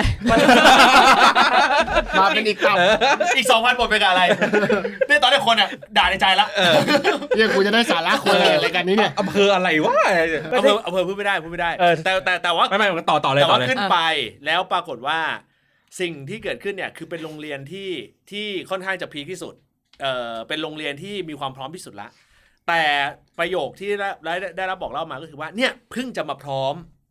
มาเป็นอีกอีก 2,000 หมดไปกับอะไรนี่ตอนนี้คนด่าในใจละเนี่ยกูจะได้สาระคนอะไรกันนี้เนี่ยอำเภออะไรวะอำเภอพูดไม่ได้แต่ว่าไม่ต่อเลยแต่ว่าขึ้นไปแล้วปรากฏว่าสิ่งที่เกิดขึ้นเนี่ยคือเป็นโรงเรียนที่ค่อนข้างจะพีคที่สุดเป็นโรงเรียนที่มีความพร้อมที่สุดละแต่ประโยคที่ได้รับบอกเล่ามาก็คือว่าเนี่ยเพิ่งจะมาพร้อม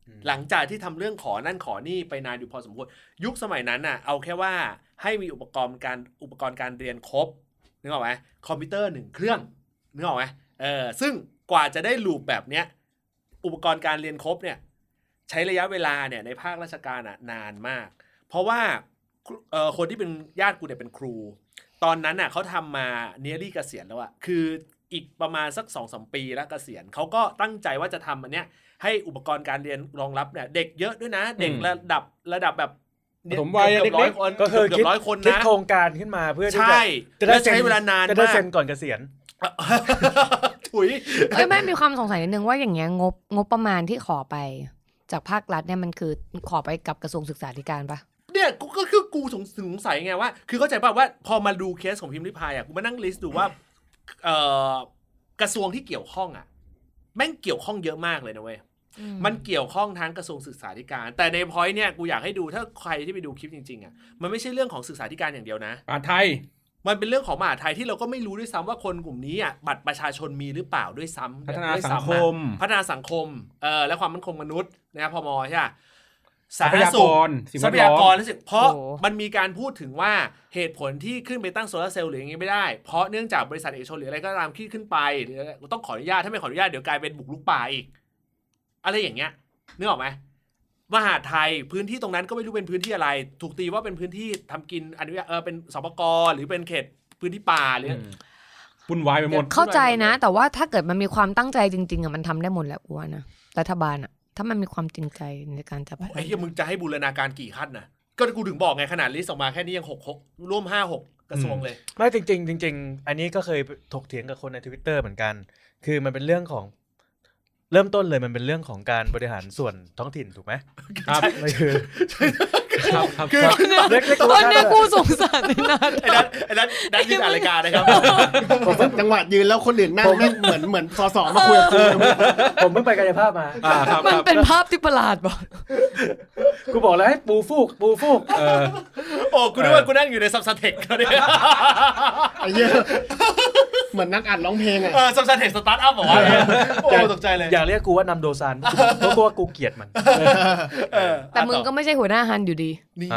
หลังจากที่ทำเรื่องขอนั่นขอนี่ไปนานอยู่พอสมควรยุคสมัยนั้นน่ะเอาแค่ว่าให้มีอุปกรณ์การเรียนครบนึกออกไหมคอมพิวเตอร์1เครื่องนึกออกไหมซึ่งกว่าจะได้ลูปแบบเนี้ยอุปกรณ์การเรียนครบเนี่ยใช้ระยะเวลาเนี่ยในภาคราชการนานมากเพราะว่าคนที่เป็นญาติกูเนี่ยเป็นครูตอนนั้นน่ะเขาทำมาเนียรี่เกษียณแล้วอะคืออีกประมาณสัก 2-3 ปีแล้วเกษียณเขาก็ตั้งใจว่าจะทำอันเนี้ยให้อุปกรณ์การเรียนรองรับเนี่ยเด็กเยอะด้วยนะเด็กระดับแบบสมวัยเด็กๆก็คือคิดโครงการขึ้นมาเพื่อที่จะได้ใช้เวลานานจะได้เซ็นก่อนเกษียณถุยไม่มีความสงสัยนิดนึงว่าอย่างเงี้ยงบประมาณที่ขอไปจากภาครัฐเนี่ยมันคือขอไปกับกระทรวงศึกษาธิการปะเนี่ยก็คือกูสงสัยไงว่าคือเข้าใจป่ะว่าพอมาดูเคสของพิมพ์ริพายอ่ะกูมานั่งลิสต์ดูว่ากระทรวงที่เกี่ยวข้องอ่ะแม่งเกี่ยวข้องเยอะมากเลยนะเว้ยมันเกี่ยวข้องทั้งกระทรวงศึกษาธิการแต่ในพอยต์เนี่ยกูอยากให้ดูถ้าใครที่ไปดูคลิปจริงๆอ่ะมันไม่ใช่เรื่องของศึกษาธิการอย่างเดียวนะมหาไทยมันเป็นเรื่องของมหาไทยที่เราก็ไม่รู้ด้วยซ้ำว่าคนกลุ่มนี้อ่ะบัตรประชาชนมีหรือเปล่าด้วยซ้ำพัฒนาสังคมและความมั่นคงมนุษย์นะครับพม.ใช่ป่ะทรัพยากรเพราะมันมีการพูดถึงว่าเหตุผลที่ขึ้นไปตั้งโซลาร์เซลล์หรืออย่างงี้ไม่ได้เพราะเนื่องจากบริษัทเอกชนหรืออะไรก็ตามที่ขึ้นไปหรือต้องขออนุญาตถ้าไม่ขออนุญาตเดี๋ยวกลายเป็นบุกรุกป่าอีกอะไรอย่างเงี้ยนึกออกไหมมหาไทยพื้นที่ตรงนั้นก็ไม่รู้เป็นพื้นที่อะไรถูกตีว่าเป็นพื้นที่ทำกินอนุญาตเป็นสปก.หรือเป็นเขตพื้นที่ป่าหรือวุ่นวายไปหมดเข้าใจนะแต่ว่าถ้าเกิดมันมีความตั้งใจจริงๆอ่ะมันทำได้หมดแหละว่านะรัฐบาลอ่ะถ้ามันมีความจริงใจในการจะไอ้เหี้ยมึงจะให้บูรณาการกี่ขั้นน่ะก็กูถึงบอกไงขนาดลิสต์ออกมาแค่นี้ยัง6ร่วม 5-6 กระทรวงเลยไม่จริงอันนี้ก็เคยถกเถียงกับคนใน Twitter เหมือนกันคือมันเป็นเรื่องของเริ่มต้นเลยมันเป็นเรื่องของการบริหารส่วนท้องถิ่นถูกไหมครับไม่คือคือตอนนี้กูสงสารนานไอ้นั้นที่รายการนะครับผมจังหวะยืนแล้วคนอื่นนั่งเหมือนสสมาคุยกับกูผมเพิ่งไปกายภาพมามันเป็นภาพที่ประหลาดบอกกูบอกแล้วให้ปูฟูกโอ้กูนึกว่ากูนั่งอยู่ในซับสเทคเขาเนี่ยไอ้เหี้ยเหมือนนักอัดร้องเพลงอ่ะซับสเทคสตาร์ทอัพบอกว่าโอ้ตกใจเลยอยากเรียกกูว่านำโดซันเพราะว่ากูเกลียดมันแต่มึงก็ไม่ใช่หัวหน้าฮันอยู่ดีนี่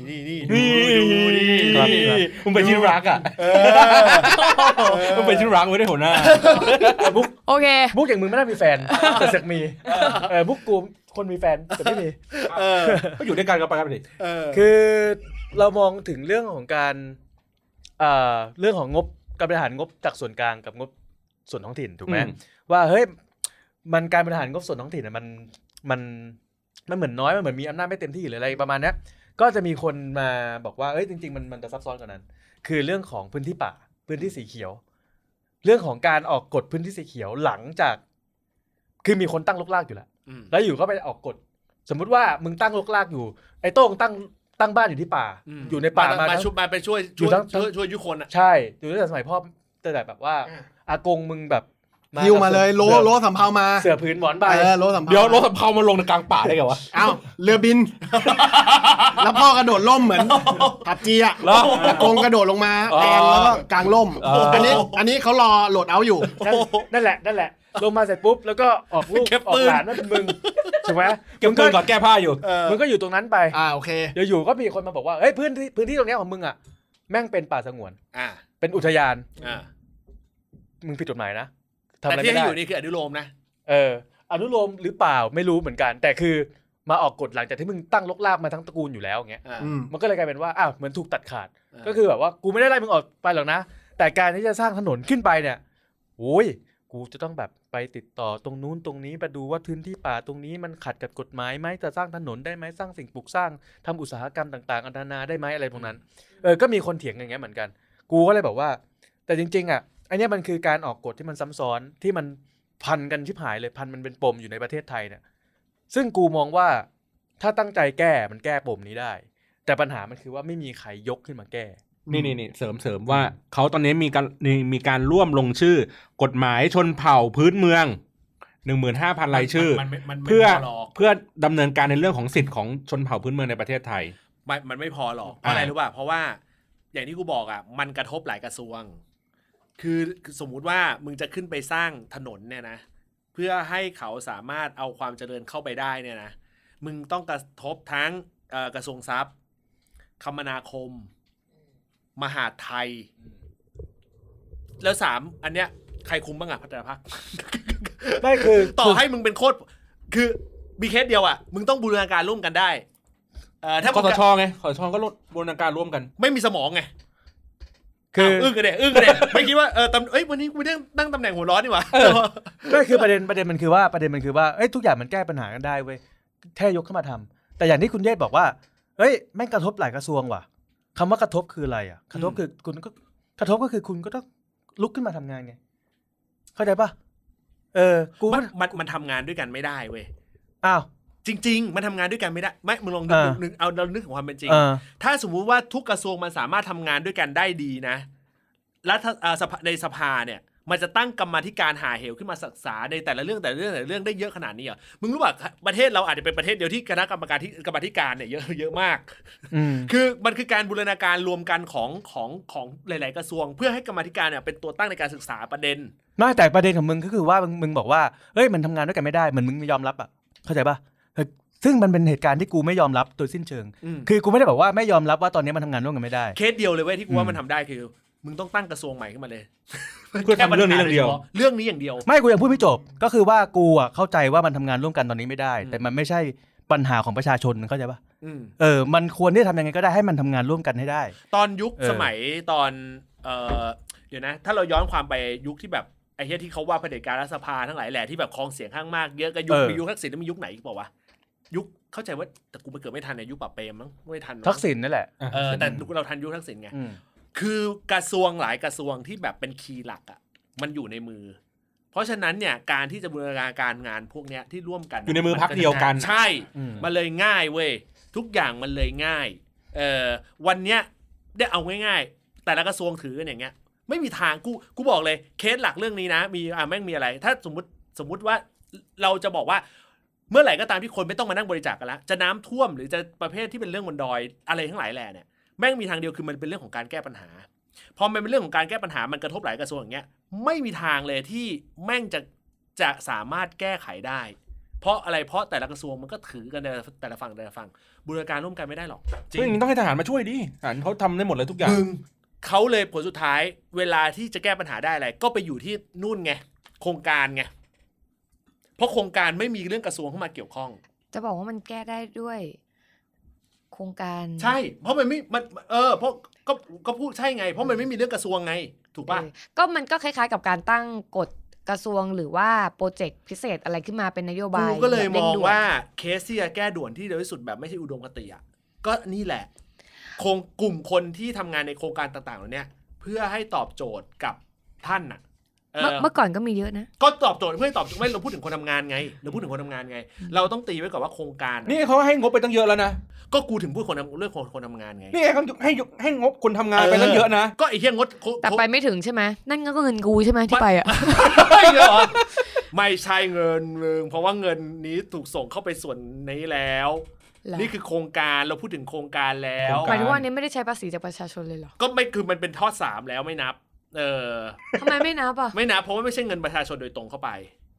มึงเป็นที่รักอ่ะมึงเป็นที่รักไม่ได้หัวหน้าบุ๊กโอเคบุ๊กอย่างมึงไม่ได้มีแฟนแต่สักมีบุ๊กกูคนมีแฟนแต่ไม่มีก็อยู่ด้วยกันก็ไปกันดิคือเรามองถึงเรื่องของการเรื่องของงบการบริหารงบจากส่วนกลางกับงบส่วนท้องถิ่นถูกไหมว่าเฮ้ยมันการบริหารงบส่วนท้องถิ่นมันเหมือนน้อยมันเหมือนมีอำนาจไม่เต็มที่หรืออะไรประมาณนี้ก็จะมีคนมาบอกว่าเอ้ยจริงๆมันจะซับซ้อนกว่านั้นคือเรื่องของพื้นที่ป่าพื้นที่สีเขียวเรื่องของการออกกฎพื้นที่สีเขียวหลังจากคือมีคนตั้งรกรากอยู่แล้วอยู่ก็ไปออกกฎสมมุติว่ามึงตั้งรกรากอยู่ไอ้โต้งตั้งบ้านอยู่ที่ป่าอยู่ในป่ามาไปช่วยยุคนอ่ะใช่อยู่ตั้งแต่สมัยพ่อแต่แบบว่าอากงมึงแบบฮิวมาเลยโลสำเภามาเสือพื้นหมอนใบโลสำเภาเดี๋ยวโลสำเภามาลงในกลางป่าได้ไงวะอ้าวเรือบินแล้วพ่อกระโดดล่มเหมือนผับจีอ่ะอากงกระโดดลงมาแทงแล้วก็กลางล่มอันนี้เขารอโหลดเอาอยู่นั่นแหละลงมาเสร็จปุ๊บแล้วก็ออกลูกออกหลานนั่นเป็นมึงถูกไหมเก็บปืนก่อนแก้ผ้าอยู่มึงก็อยู่ตรงนั้นไปโอเคเดี๋ยวอยู่ก็มีคนมาบอกว่าเฮ้ยพื้นที่ตรงนี้ของมึงอ่ะแม่งเป็นป่าสงวนเป็นอุทยานมึงผิดกฎหมายนะแต่ที่ให้อยู่นี่คืออนุโลมนะอนุโลมหรือเปล่าไม่รู้เหมือนกันแต่คือมาออกกฎหลังจากที่มึงตั้งรกรากมาทั้งตระกูลอยู่แล้วอย่างเงี้ยมันก็เลยกลายเป็นว่าเหมือนถูกตัดขาดก็คือแบบว่ากูไม่ได้ไล่มึงออกไปหรอกนะแต่การที่จะสร้างถนนขึ้นไปเนี่ยโอ้ยกูจะต้องแบบไปติดต่อตรงนู้นตรงนี้ไปดูว่าพื้นที่ป่าตรงนี้มันขัดกับกฎหมายไหมจะสร้างถนนได้ไหมสร้างสิ่งปลูกสร้างทำอุตสาหกรรมต่างๆนานาได้ไหมอะไรพวกนั้นก็มีคนเถียงอย่างเงี้ยเหมือนกันกูก็เลยบอกว่าแต่จริงๆอ่ะอันนี้มันคือการออกกฎที่มันซ้ำซ้อนที่มันพันกันชิบหายเลยพันมันเป็นปมอยู่ในประเทศไทยเนี่ยซึ่งกูมองว่าถ้าตั้งใจแก้มันแก้ปมนี้ได้แต่ปัญหามันคือว่าไม่มีใครยกขึ้นมาแก้นี่เสริมว่าเขาตอนนี้มีการร่วมลงชื่อกฎหมายชนเผ่าพื้นเมือง 15,000 รายชื่อเพื่อดำเนินการในเรื่องของสิทธิ์ของชนเผ่าพื้นเมืองในประเทศไทยมันไม่พอหรอกอะไรรู้ป่ะเพราะว่าอย่างที่กูบอกอ่ะมันกระทบหลายกระทรวงคือสมมุติว่ามึงจะขึ้นไปสร้างถนนเนี่ยนะเพื่อให้เขาสามารถเอาความเจริญเข้าไปได้เนี่ยนะมึงต้องกระทบทั้งกระทรวงทรัพย์คมนาคมมหาดไทยแล้ว3อันเนี้ยใครคุมบ้างอะพัฒนาภาคไม่คือต่อให้มึงเป็นโคตรคือมีเคสเดียวอะมึงต้องบูรณาการร่วมกันได้ถ้าคสชไงคสชก็บูรณาการร่วมกันไม่มีสมองไงคืออึ้งกันเด้ไม่คิดว่าวันนี้กูได้นั่งตำแหน่งหัวร้อนนี่หว่าไม่คือประเด็นมันคือว่าทุกอย่างมันแก้ปัญหากันได้เว้ยแค่ยกเข้ามาทำแต่อย่างที่คุณเยศบอกว่าเฮ้ยแม่งกระทบหลายกระทรวงว่ะคำว่ากระทบคืออะไรอ่ะกระทบคือคุณก็กระทบก็คือคุณก็ต้องลุกขึ้นมาทำงานไงเข้าใจปะกูมันทำงานด้วยกันไม่ได้เว้ยอ้าวจริงๆมันทำงานด้วยกันไม่ได้ไม่มึงลองนึกเอาเรานึกถึงความเป็นจริงถ้าสมมุติว่าทุกกระทรวงมันสามารถทำงานด้วยกันได้ดีนะและในสภาเนี่ยมันจะตั้งกรรมาธิการหาเหวขึ้นมาศึกษาในแต่ละเรื่องได้เยอะขนาดนี้เหรอมึงรู้ป่ะประเทศเราอาจจะเป็นประเทศเดียวที่คณะกรรมาธิการเนี่ยเยอะมากคือมันคือการบูรณาการรวมกันของหลายๆกระทรวงเพื่อให้กรรมาธิการเนี่ยเป็นตัวตั้งในการศึกษาประเด็นไม่แต่ประเด็นของมึงก็คือว่ามึงบอกว่าเฮ้ยมันทำงานด้วยกันไม่ได้เหมือนมึงไม่ยอมรับอ่ะเข้าใจป่ะซึ่งมันเป็นเหตุการณ์ที่กูไม่ยอมรับโดยสิ้นเชิงคือกูไม่ได้บอกว่าไม่ยอมรับว่าตอนนี้มันทำงานร่วมกันไม่ได้เคสเดียวเลยเว้ยที่กูว่ามันทำได้คือมึงต้องตั้งกระทรวงใหม่ขึ้นมาเลยเพื่อทำเรื่องนี้อย่างเดียวไม่กูยังพูดไม่จบก็คือว่ากูอ่ะเข้าใจว่ามันทำงานร่วมกันตอนนี้ไม่ได้แต่มันไม่ใช่ปัญหาของประชาชนเข้าใจป่ะมันควรที่จะทำยังไงก็ได้ให้มันทำงานร่วมกันให้ได้ตอนยุคสมัยตอนเดี๋ยวนะถ้าเราย้อนความไปยุคที่แบบไอ้เหี้ยที่เขาว่าเผด็จการรัฐสภาทั้งหลายแหละที่แบบครองเสียงข้างมากเยอะก็ยุคทักษิณแล้วมียุคไหนอีกเปล่าวะยุคเข้าใจว่าแต่กูไปเกิดไม่ทันในยุคปราบเปรมมั้งไม่ทันทักษิณนั่นแหละแต่เราทันยุคทักษิณไงคือกระทรวงหลายกระทรวงที่แบบเป็นคีย์หลักอ่ะมันอยู่ในมือเพราะฉะนั้นเนี่ยการที่จะบูรณาการงานพวกเนี้ยที่ร่วมกันอยู่ในมือพรรคเดียวกันใช่มันเลยง่ายเว้ยทุกอย่างมันเลยง่ายวันเนี้ยได้เอาง่ายๆแต่ละกระทรวงถืออย่างเงี้ยไม่มีทางกูบอกเลยเคสหลักเรื่องนี้นะมีแม่งมีอะไรถ้าสมมติว่าเราจะบอกว่าเมื่อไหร่ก็ตามที่คนไม่ต้องมานั่งบริจาคกันแล้วจะน้ำท่วมหรือจะประเภทที่เป็นเรื่องบนดอยอะไรทั้งหลายแหล่เนี่ยแม่งมีทางเดียวคือมันเป็นเรื่องของการแก้ปัญหาพอมันเป็นเรื่องของการแก้ปัญหามันกระทบหลายกระทรวงอย่างเงี้ยไม่มีทางเลยที่แม่งจะสามารถแก้ไขได้เพราะอะไรเพราะแต่ละกระทรวงมันก็ถือกันแต่ละฝั่งบูรณาการร่วมกันไม่ได้หรอกจริงต้องให้ทหารมาช่วยดิทหารเขาทำได้หมดเลยทุกอย่างเขาเลยผลสุดท้ายเวลาที่จะแก้ปัญหาได้อะไรก็ไปอยู่ที่นู่นไงโครงการไงเพราะโครงการไม่มีเรื่องกระทรวงเข้ามาเกี่ยวข้องจะบอกว่ามันแก้ได้ด้วยโครงการใช่เพราะมันไม่มันเพราะก็พูดใช่ไงเพราะมันไม่มีเรื่องกระทรวงไงถูกป่ะก็มันก็คล้ายๆกับการตั้งกฎกระทรวงหรือว่าโปรเจกต์พิเศษอะไรขึ้นมาเป็นนโยบายก็เลยมองว่าเคสที่จะแก้ด่วนที่เร็วที่สุดแบบไม่ใช่อุดมคติอ่ะก็นี่แหละกลุ่มคนที่ทำงานในโครงการต่างๆเหล่านี้เพื่อให้ตอบโจทย์กับท่านน่ะเมื่อก่อนก็มีเยอะนะก็ตอบโจทย์เพื่อตอบไม่เราพูดถึงคนทำงานไงเราพูดถึงคนทำงานไงเราต้องตีไว้ก่อนว่าโครงการนี่เขาให้งบไปตั้งเยอะแล้วนะก็กูถึงพูดเรื่องคนทำงานไงนี่เขาให้งบคนทำงานไปตั้งเยอะนะก็ไอ้เหี้ยงดแต่ไปไม่ถึงใช่ไหมนั่นก็เงินกูใช่ไหมที่ไปอ่ะไม่ใช่เงินเพราะว่าเงินนี้ถูกส่งเข้าไปส่วนนี้แล้วนี่คือโครงการเราพูดถึงโครงการแล้วหมายถึงว่านี้ไม่ได้ใช้ภาษีจากประชาชนเลยเหรอก็ไม่คือมันเป็นทอด3แล้วไม่นับทำไมไม่นับอ่ะไม่นับเพราะว่าไม่ใช่เงินประชาชนโดยตรงเข้าไป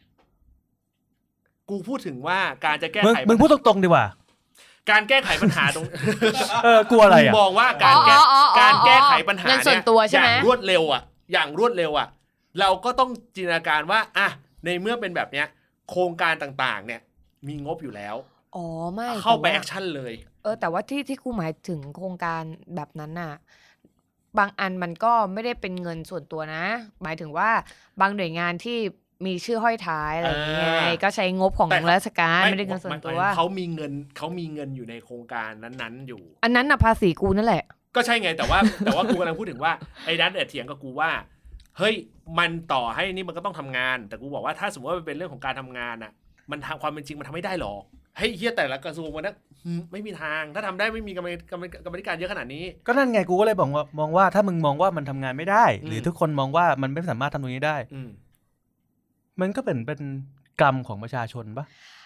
กูพูดถึงว่าการจะแก้ไขมึงพูดตรงๆดีกว่าการแก้ไขปัญหาตรงกลัวอะไรอ่ะมองว่าการแก้ไขปัญหาเนี่ยอย่างรวดเร็วอ่ะเราก็ต้องจินตนาการว่าอ่ะในเมื่อเป็นแบบเนี้ยโครงการต่างๆเนี่ยมีงบอยู่แล้วไม่เข้าไปแอคชั่นเลยแต่ว่าที่กูหมายถึงโครงการแบบนั้นน่ะบางอันมันก็ไม่ได้เป็นเงินส่วนตัวนะหมายถึงว่าบางหน่วยงานที่มีชื่อห้อยท้ายอะไรอย่างเงี้ยก็ใช้งบของราชการไม่ได้เงินส่วนตัวเขามีเงินอยู่ในโครงการนั้นๆอยู่อันนั้นน่ะภาษีกูนั่นแหละก็ใช่ไงแต่ว่ากูกำลังพูดถึงว่าไอ้นัทเถียงกับกูว่าเฮ้ยมันต่อให้นี่มันก็ต้องทำงานแต่กูบอกว่าถ้าสมมติว่ามันเป็นเรื่องของการทำงานอ่ะมันทางความเป็นจริงมันทำไม่ได้หรอกให้เฮียแต่ละกระทรวงมันนะไม่มีทางถ้าทำได้ไม่มีกรรมธิการเยอะขนาดนี้ก็นั่นไงกูก็เลยมองว่าถ้ามึงมองว่ามันทำงานไม่ได้หรือทุกคนมองว่ามันไม่สามารถทำตรงนี้ได้มันก็เป็นกรรมของประชาชนปะ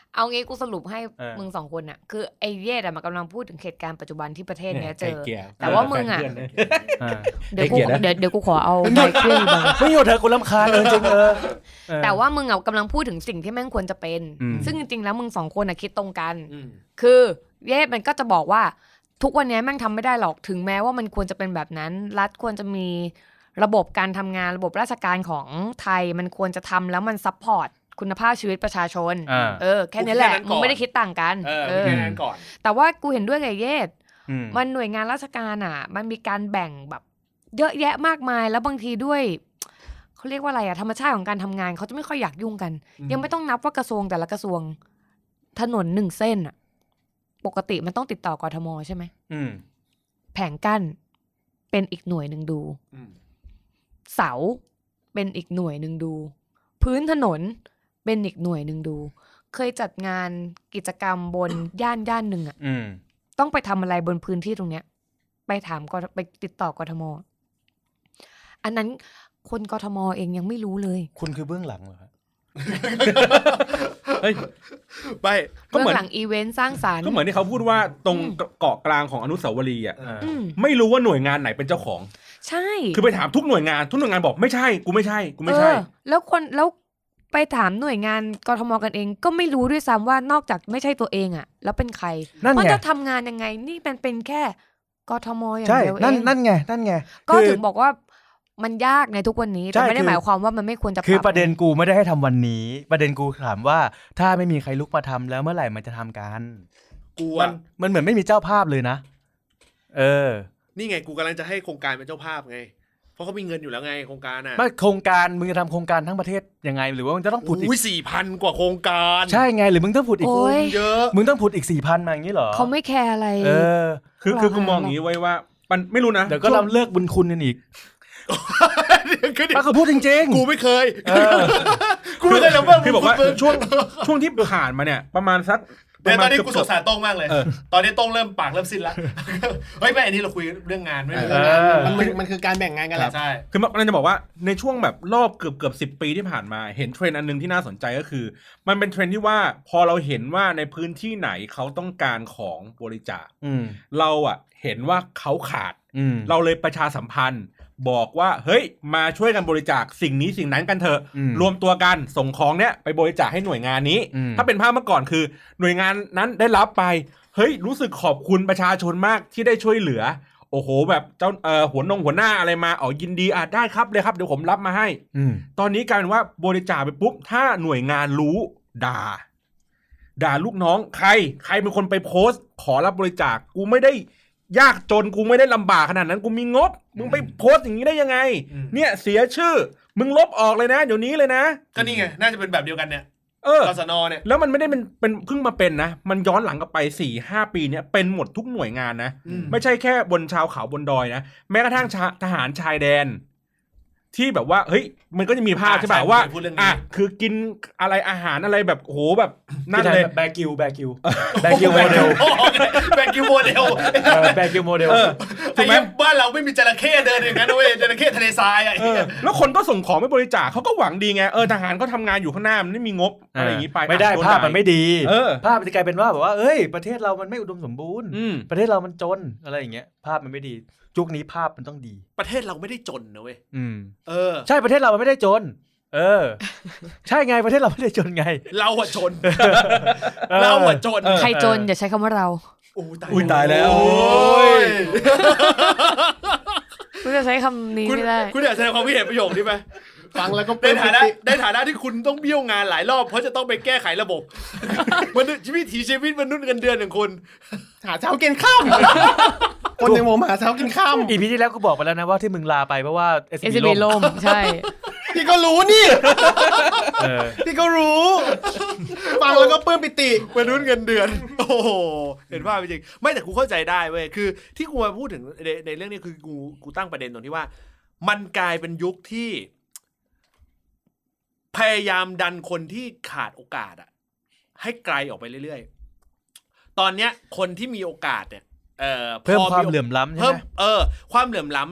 เอางี้กูสรุปให้มึงสองคนน่ะคือไอ้เยดมันกำลังพูดถึงเหตุการณ์ปัจจุบันที่ประเทศเนี้ยเจอแต่ว่ามึงอ่ะเดี๋ยวกูขอเอาไมค์ขึ้นไม่อยู่เธอกูรำคาญจริงแต่ว่ามึงกำลังพูดถึงสิ่งที่แม่งควรจะเป็นซึ่งจริงๆแล้วมึงสองคนคิดตรงกันคือเยดมันก็จะบอกว่าทุกวันนี้แม่งทำไม่ได้หรอกถึงแม้ว่ามันควรจะเป็นแบบนั้นรัฐควรจะมีระบบการทำงานระบบราชการของไทยมันควรจะทำแล้วมันซัพพอร์ตคุณภาพชีวิตประชาชนแค่นี้แหละมึงไม่ได้คิดต่างกันแค่นั้นก่อนแต่ว่ากูเห็นด้วยกับเยศมันหน่วยงานราชการมันมีการแบ่งแบบเยอะแยะมากมายแล้วบางทีด้วยเขาเรียกว่าอะไรธรรมชาติของการทำงานเขาจะไม่ค่อยอยากยุ่งกันยังไม่ต้องนับว่ากระทรวงแต่ละกระทรวงถนน1เส้นปกติมันต้องติดต่อกทมใช่ไหมแผงกั้นเป็นอีกหน่วยนึงดูเสาเป็นอีกหน่วยนึงดูพื้นถนนเป็นอีกหน่วยนึงดูเคยจัดงานกิจกรรมบนย่านหนึ่งต้องไปทำอะไรบนพื้นที่ตรงเนี้ยไปถามไปติดต่อกทมอันนั้นคนกทมเองยังไม่รู้เลยคุณคือเบื้องหลังเหรอครับเฮ้ยไปเบื้องหลังอีเวนต์สร้างสรรค์ก็เหมือนที่เขาพูดว่าตรงเกาะกลางของอนุสาวรีย์ไม่รู้ว่าหน่วยงานไหนเป็นเจ้าของใช่คือไปถามทุกหน่วยงานบอกไม่ใช่กูไม่ใช่แล้วไปถามหน่วยงานกทมกันเองก็ไม่รู้ด้วยซ้ำว่านอกจากไม่ใช่ตัวเองแล้วเป็นใครมันจะทำงานยังไงนี่เป็นแค่กทมอย่างเดียวเองนั่นไงก็ถึงบอกว่ามันยากในทุกวันนี้แต่ไม่ได้หมายความว่ามันไม่ควรจะคือประเด็นกูไม่ได้ให้ทำวันนี้ประเด็นกูถามว่าถ้าไม่มีใครลุกมาทำแล้วเมื่อไหร่มันจะทำกันมันเหมือนไม่มีเจ้าภาพเลยนะนี่ไงกูกำลังจะให้โครงการเป็นเจ้าภาพไงเพราะเขามีเงินอยู่แล้วไงโครงการไม่โครงการมึงจะทำโครงการทั้งประเทศยังไงหรือว่ามึงจะต้องผุดอีก 4,000 กว่าโครงการใช่ไงหรือมึงต้องผุดอีกเยอะมึงต้องผุดอีก 4,000 มาอย่างนี้เหรอเขาไม่แคร์อะไรคือกูมองอย่างนี้ไว้ว่ามันไม่รู้นะเดี๋ยวก็ลำเลิกบุญคุณกันอีกเขาพูดจริงๆกูไม่เคยกูไม่เคยทำว่าคือบอกว่าช่วงที่ผ่านมาเนี่ยประมาณสักตอนนี้กูสงสารต้งมากเลยตอนนี้ต้งเริ่มปากเริ่มสิ้นแล้วเฮ้ยไม่อันนี้เราคุยเรื่องงานไม่มันคือการแบ่งงานกันแหละใช่คือมันจะบอกว่าในช่วงแบบรอบเกือบ10 ปีที่ผ่านมาเห็นเทรนด์อันนึงที่น่าสนใจก็คือมันเป็นเทรนด์ที่ว่าพอเราเห็นว่าในพื้นที่ไหนเขาต้องการของบริจาคเราเห็นว่าเขาขาดเราเลยประชาสัมพันธ์บอกว่าเฮ้ยมาช่วยกันบริจาคสิ่งนี้สิ่งนั้นกันเถอะรวมตัวกันส่งของเนี้ยไปบริจาคให้หน่วยงานนี้ถ้าเป็นภาพเมื่อก่อนคือหน่วยงานนั้นได้รับไปเฮ้ยรู้สึกขอบคุณประชาชนมากที่ได้ช่วยเหลือโอ้โหแบบเจ้าหัวหน้าอะไรมายินดีได้ครับเลยครับเดี๋ยวผมรับมาให้ตอนนี้กลายเป็นว่าบริจาคไปปุ๊บถ้าหน่วยงานรู้ด่าลูกน้องใครเป็นคนไปโพสต์ขอรับบริจาคกูไม่ได้ยากจนกูไม่ได้ลำบากขนาดนั้นกูมีงบมึงไปโพสต์อย่างนี้ได้ยังไงเนี่ยเสียชื่อมึงลบออกเลยนะเดี๋ยวนี้เลยนะก็นี่ไงน่าจะเป็นแบบเดียวกันเนี่ยกสนเนี่ยแล้วมันไม่ได้เป็นเพิ่งมาเป็นนะมันย้อนหลังกลับไป 4-5 ปีเนี่ยเป็นหมดทุกหน่วยงานนะไม่ใช่แค่บนชาวเขาบนดอยนะแม้กระทั่งทหารชายแดนที่แบบว่าเฮ้ยมันก็จะมีภาพใช่ป่ะว่าคือกินอะไรอาหารอะไรแบบโหแบบนั่นเลยแบกิวโมเดลแบกิวโมเดลแบกิวโมเดลถูกไหมบ้านเราไม่มีจระเข้เดินอย่างนั้นเว้ยจระเข้ทะเลทรายแล้วคนก็ส่งของไปบริจาคเขาก็หวังดีไงทหารก็ทำงานอยู่ข้างหน้ามันไม่มีงบอะไรอย่างนี้ไปไม่ได้ภาพมันไม่ดีภาพมันจะกลายเป็นว่าแบบว่าเอ้ยประเทศเรามันไม่อุดมสมบูรณ์ประเทศเรามันจนอะไรอย่างเงี้ยภาพมันไม่ดียุคนี้ภาพมันต้องดีประเทศเราไม่ได้จนนะเว้ยใช่ประเทศเรามันไม่ได้จนใช่ไงประเทศเราไม่ได้จนไงเราจนเราจนใครจนอย่าใช้คำว่าเราอุ้ยตายแล้วคุณจะใช้คำนี้ไม่ได้คุณอยากแสดงความคิดเห็นประโยคนี้ไหมฟังแล้วก็ในฐานะที่คุณต้องเบี้ยวงานหลายรอบเพราะจะต้องไปแก้ไขระบบมันวิถีชีวิตมนุษย์เงินเดือนของคุณหาเช้ากินข้าวคนในหมู่หาเช้ากินข้าวอีพีที่แล้วก็บอกไปแล้วนะว่าที่มึงลาไปเพราะว่า SCB ล่มใช่พี่ก็รู้นี่พี่ก็รู้ฟังแล้วก็ปลื้มปิติมนุษย์เงินเดือนโอ้โหเห็นภาพจริงไม่แต่กูเข้าใจได้เว้ยคือที่กูมาพูดถึงในเรื่องนี้คือกูตั้งประเด็นตรงที่ว่ามันกลายเป็นยุคที่พยายามดันคนที่ขาดโอกาสให้ไกลออกไปเรื่อยๆตอนเนี้ยคนที่มีโอกาสเนี่ยเพิ่มความเหลื่อมล้ำใช่ไหมความเหลื่อมล้ำ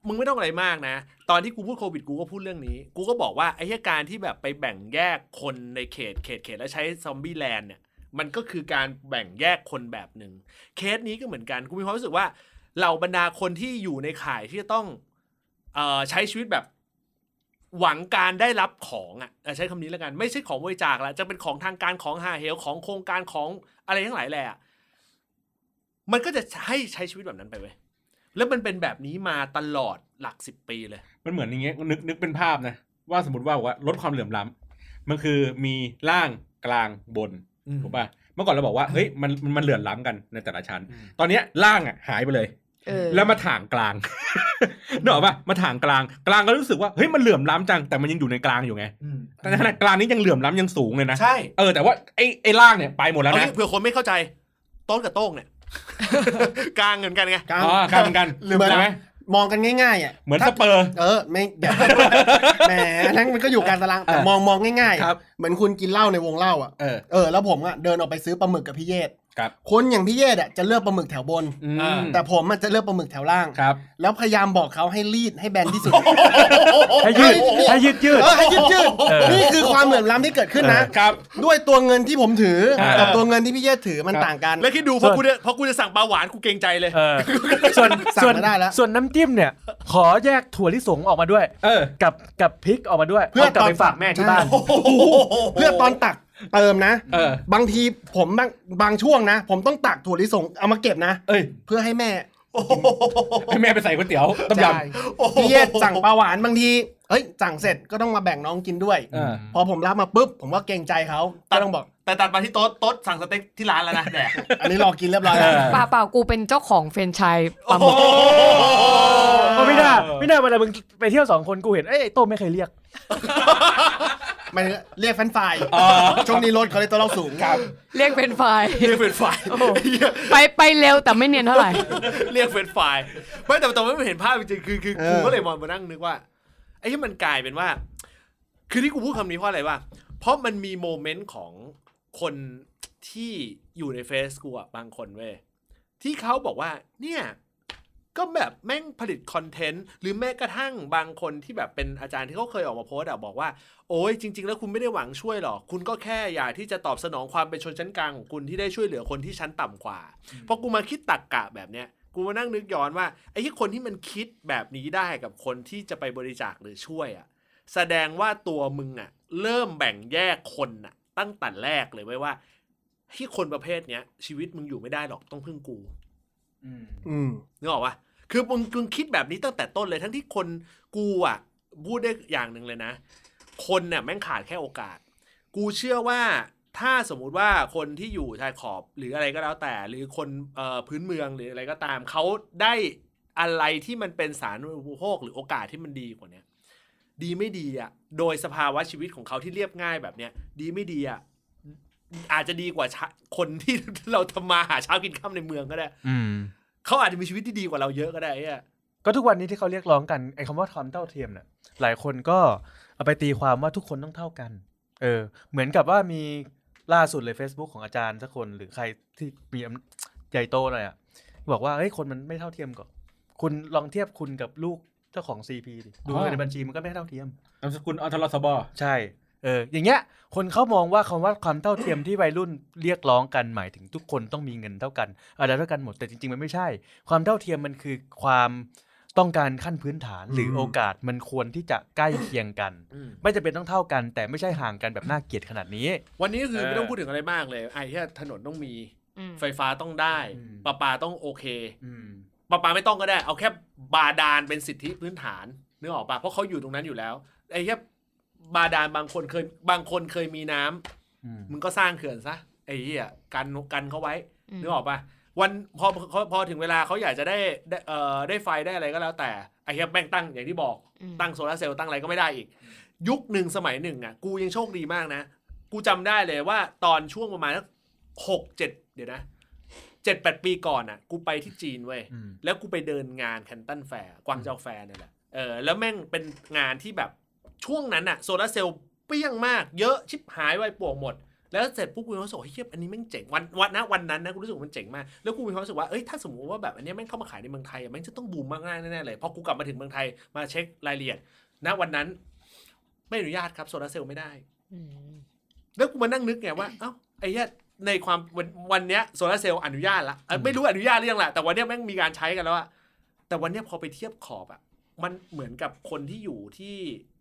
มึงไม่ต้องอะไรมากนะตอนที่กูพูดโควิดกูก็พูดเรื่องนี้กูก็บอกว่าไอ้การที่แบบไปแบ่งแยกคนในเขตแล้วใช้ซอมบี้แลนด์เนี่ยมันก็คือการแบ่งแยกคนแบบนึงเคสนี้ก็เหมือนกันกูมีความรู้สึกว่าเหล่าบรรดาคนที่อยู่ในข่ายที่จะต้องใช้ชีวิตแบบหวังการได้รับของใช้คำนี้แล้วกันไม่ใช่ของบริจาคละจะเป็นของทางการของหาเหวของโครงการของอะไรทั้งหลายแหละมันก็จะให้ใช้ชีวิตแบบนั้นไปเว้ยแล้วมันเป็นแบบนี้มาตลอดหลัก10 ปีเลยมันเหมือนอย่างเงี้ยนึกเป็นภาพนะว่าสมมติว่าลดความเหลื่อมล้ำมันคือมีล่างกลางบนถูกป่ะเมื่อก่อนเราบอกว่าเฮ้ยมันเหลื่อมล้ำกันในแต่ละชั้นตอนนี้ล่างหายไปเลยแล้วมาถ่างกลางนึกออกป่ะมาถ่างกลางก็รู้สึกว่าเฮ้ยมันเหลื่อมล้ำจังแต่มันยังอยู่ในกลางอยู่ไงแต่ขนาดกลางนี้ยังเหลื่อมล้ำยังสูงเลยนะใช่แต่ว่าไอ้ล่างเนี่ยไปหมดแล้วนะเผื่อคนไม่เข้าใจต้นกับโต้งเนี่ยกลางเหมือนกันไงกลางเหมือนกันเหมือนไหมมองกันง่ายๆเหมือนสเปอร์ไม่แหมนั่นมันก็อยู่กลางตารางแต่มองง่ายๆเหมือนคุณกินเหล้าในวงเหล้าแล้วผมเดินออกไปซื้อปลาหมึกกับพี่เยศคนอย่างพี่เยศจะเลือกปลาหมึกแถวบนแต่ผมจะเลือกปลาหมึกแถวล่างแล้วพยายามบอกเขาให้รีดให้แบนที่สุดให้ยืดให้ยืดนี่คือความเหลื่อมล้ำที่เกิดขึ้นนะด้วยตัวเงินที่ผมถือกับตัวเงินที่พี่เยศถือมันต่างกันแล้วคิดดูพอกูจะสั่งปลาหวานกูเกรงใจเลยส่วนน้ำจิ้มเนี่ยขอแยกถั่วลิสงออกมาด้วยกับพริกออกมาด้วยเพื่อกลับไปฝากแม่ที่บ้านเพื่อตอนตักเติมนะบางทีผมบางช่วงนะผมต้องตักถั่วลิสงเอามาเก็บนะเพื่อให้แม่ไปใส่ก๋วยเตี๋ยวต้มยำพี่เยศสั่งปลาหวานบางทีสั่งเสร็จก็ต้องมาแบ่งน้องกินด้วยพอผมรับมาปุ๊บผมก็เกรงใจเขาก็ต้องบอกแต่ตัดมาที่โต๊ะสั่งสเต็กที่ร้านแล้วนะแดกอันนี้รอกินเรียบร้อยเปล่ากูเป็นเจ้าของเฟรนไชส์ปลาหมึกไม่ได้เวลามึงไปเที่ยว2คนกูเห็นไอ้โต้ไม่เคยเรียกไม่เรียกแฟนไฟช่วงนี้รถคอเลสเตอรอลสูงครับเรียกเป็นไฟไปเร็วแต่ไม่เนียนเท่าไหร่เรียกเป็นไฟไม่แต่ไม่เห็นภาพจริงคือกูก็เลยมองมานั่งนึกว่าไอ้ที่มันกลายเป็นว่าคือที่กูพูดคำนี้เพราะอะไรวะเพราะมันมีโมเมนต์ของคนที่อยู่ในเฟซกูบางคนเว้ยที่เขาบอกว่าเนี่ยก็แบบแม่งผลิตคอนเทนต์หรือแม้กระทั่งบางคนที่แบบเป็นอาจารย์ที่เขาเคยออกมาโพสต์บอกว่าโอ้ยจริงๆแล้วคุณไม่ได้หวังช่วยหรอกคุณก็แค่อยากที่จะตอบสนองความเป็นชนชั้นกลางของคุณที่ได้ช่วยเหลือคนที่ชั้นต่ำกว่าพอกูมาคิดตรรกะแบบเนี้ยกูมานั่งนึกย้อนว่าไอ้ที่คนที่มันคิดแบบนี้ได้กับคนที่จะไปบริจาคหรือช่วยแสดงว่าตัวมึงเริ่มแบ่งแยกคนตั้งแต่แรกเลยไว้ว่าที่คนประเภทเนี้ยชีวิตมึงอยู่ไม่ได้หรอกต้องพึ่งกูนึกออกปะคือมึงคิดแบบนี้ตั้งแต่ต้นเลยทั้งที่คนกูพูดได้อย่างหนึ่งเลยนะคนเนี่ยแม่งขาดแค่โอกาสกูเชื่อว่าถ้าสมมุติว่าคนที่อยู่ชายขอบหรืออะไรก็แล้วแต่หรือคนพื้นเมืองหรืออะไรก็ตามเขาได้อะไรที่มันเป็นสาธารณูปโภคหรือโอกาสที่มันดีกว่านี้ดีไม่ดีโดยสภาวะชีวิตของเขาที่เรียบง่ายแบบเนี้ยดีไม่ดีอาจจะดีกว่าคนที่เราทำมาหาเช้ากินค่ำในเมืองก็ได้เขาอาจจะมีชีวิตที่ดีกว่าเราเยอะก็ได้ก็ทุกวันนี้ที่เขาเรียกร้องกันไอ้คำว่าความเท่าเทียมเนี่ยหลายคนก็เอาไปตีความว่าทุกคนต้องเท่ากันเหมือนกับว่ามีล่าสุดเลย Facebook ของอาจารย์สักคนหรือใครที่มีใหญ่โตหน่อยบอกว่าเฮ้ยคนมันไม่เท่าเทียมก่อนคุณลองเทียบคุณกับลูกเจ้าของ CP ดิดูในบัญชีมันก็ไม่เท่าเทียมนามสกุลอทรสบใช่อย่างเงี้ยคนเขามองว่าคำว่าความเท่าเทียมที่วัยรุ่นเรียกร้องกันหมายถึงทุกคนต้องมีเงินเท่ากันอะไรเท่ากันหมดแต่จริงๆมันไม่ใช่ความเท่าเทียมมันคือความต้องการขั้นพื้นฐานหรือโอกาสมันควรที่จะใกล้เคียงกันไม่จำเป็นต้องเท่ากันแต่ไม่ใช่ห่างกันแบบน่าเกลียดขนาดนี้วันนี้คือไม่ต้องพูดถึงอะไรมากเลยไอ้ที่ถนนต้องมีไฟฟ้าต้องได้ประปาต้องโอเคประปาไม่ต้องก็ได้เอาแค่บาดาลเป็นสิทธิพื้นฐานนึกออกป่ะเพราะเขาอยู่ตรงนั้นอยู่แล้วไอ้แค่บาดาลบางคนเคยมีน้ำมึงก็สร้างเขื่อนซะไอ้เหี้ยกันเขาไว้นึกออกป่ะวันพอถึงเวลาเขาอยากจะได้ไฟได้อะไรก็แล้วแต่ไอ้เหี้ยแม่งตั้งอย่างที่บอกตั้งโซลาร์เซลล์ตั้งอะไรก็ไม่ได้อีกยุคหนึ่งสมัยหนึ่งกูยังโชคดีมากนะกูจำได้เลยว่าตอนช่วงประมาณ6-7เดี๋ยวนะ 7-8 ปีก่อนกูไปที่จีนเว้ยแล้วกูไปเดินงานแคนตันแฟร์กวางเจาแฟร์นี่แหละแล้วแม่งเป็นงานที่แบบช่วงนั้นโซลาร์เซลล์เปี้ยงมากเยอะชิบหายไว้ป่วงหมดแล้วเสร็จปุ๊บกูรู้สึกว่าเฮียอันนี้แม่งเจ๋งวันนั้นนะกูรู้สึกมันเจ๋งมากแล้วกูมีความรู้สึกว่าถ้าสมมติว่าแบบอันนี้แม่งเข้ามาขายในเมืองไทยแม่งจะต้องบูมมากแน่ๆเลยพอกูกลับมาถึงเมืองไทยมาเช็ครายละเอียดณวันนั้นไม่อนุญาตครับโซลาร์เซลล์ไม่ได้แล้วกูมานั่งนึกไงว่าเอ้าไอ้เหี้ยในความวันเนี้ยโซลาร์เซลล์อนุญาตละไม่รู้อนุญาตหรือยังแหละแต่วันเนี้ยแม่งมีการใช้กันแล้วอะแต่วันเนี้ยพอไปเทียบขอบอะมันเหมือนกับคนที่อยู่ที่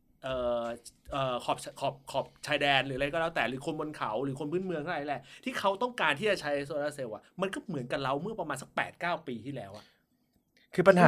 ขอบชายแดนหรืออะไรก็แล้วแต่หรือคนบนเขาหรือคนพื้นเมืองอะไรแหละที่เขาต้องการที่จะใช้โซลาร์เซลล์อะมันก็เหมือนกับเราเมื่อประมาณสัก 8-9 ปีที่แล้วอะคือปัญหา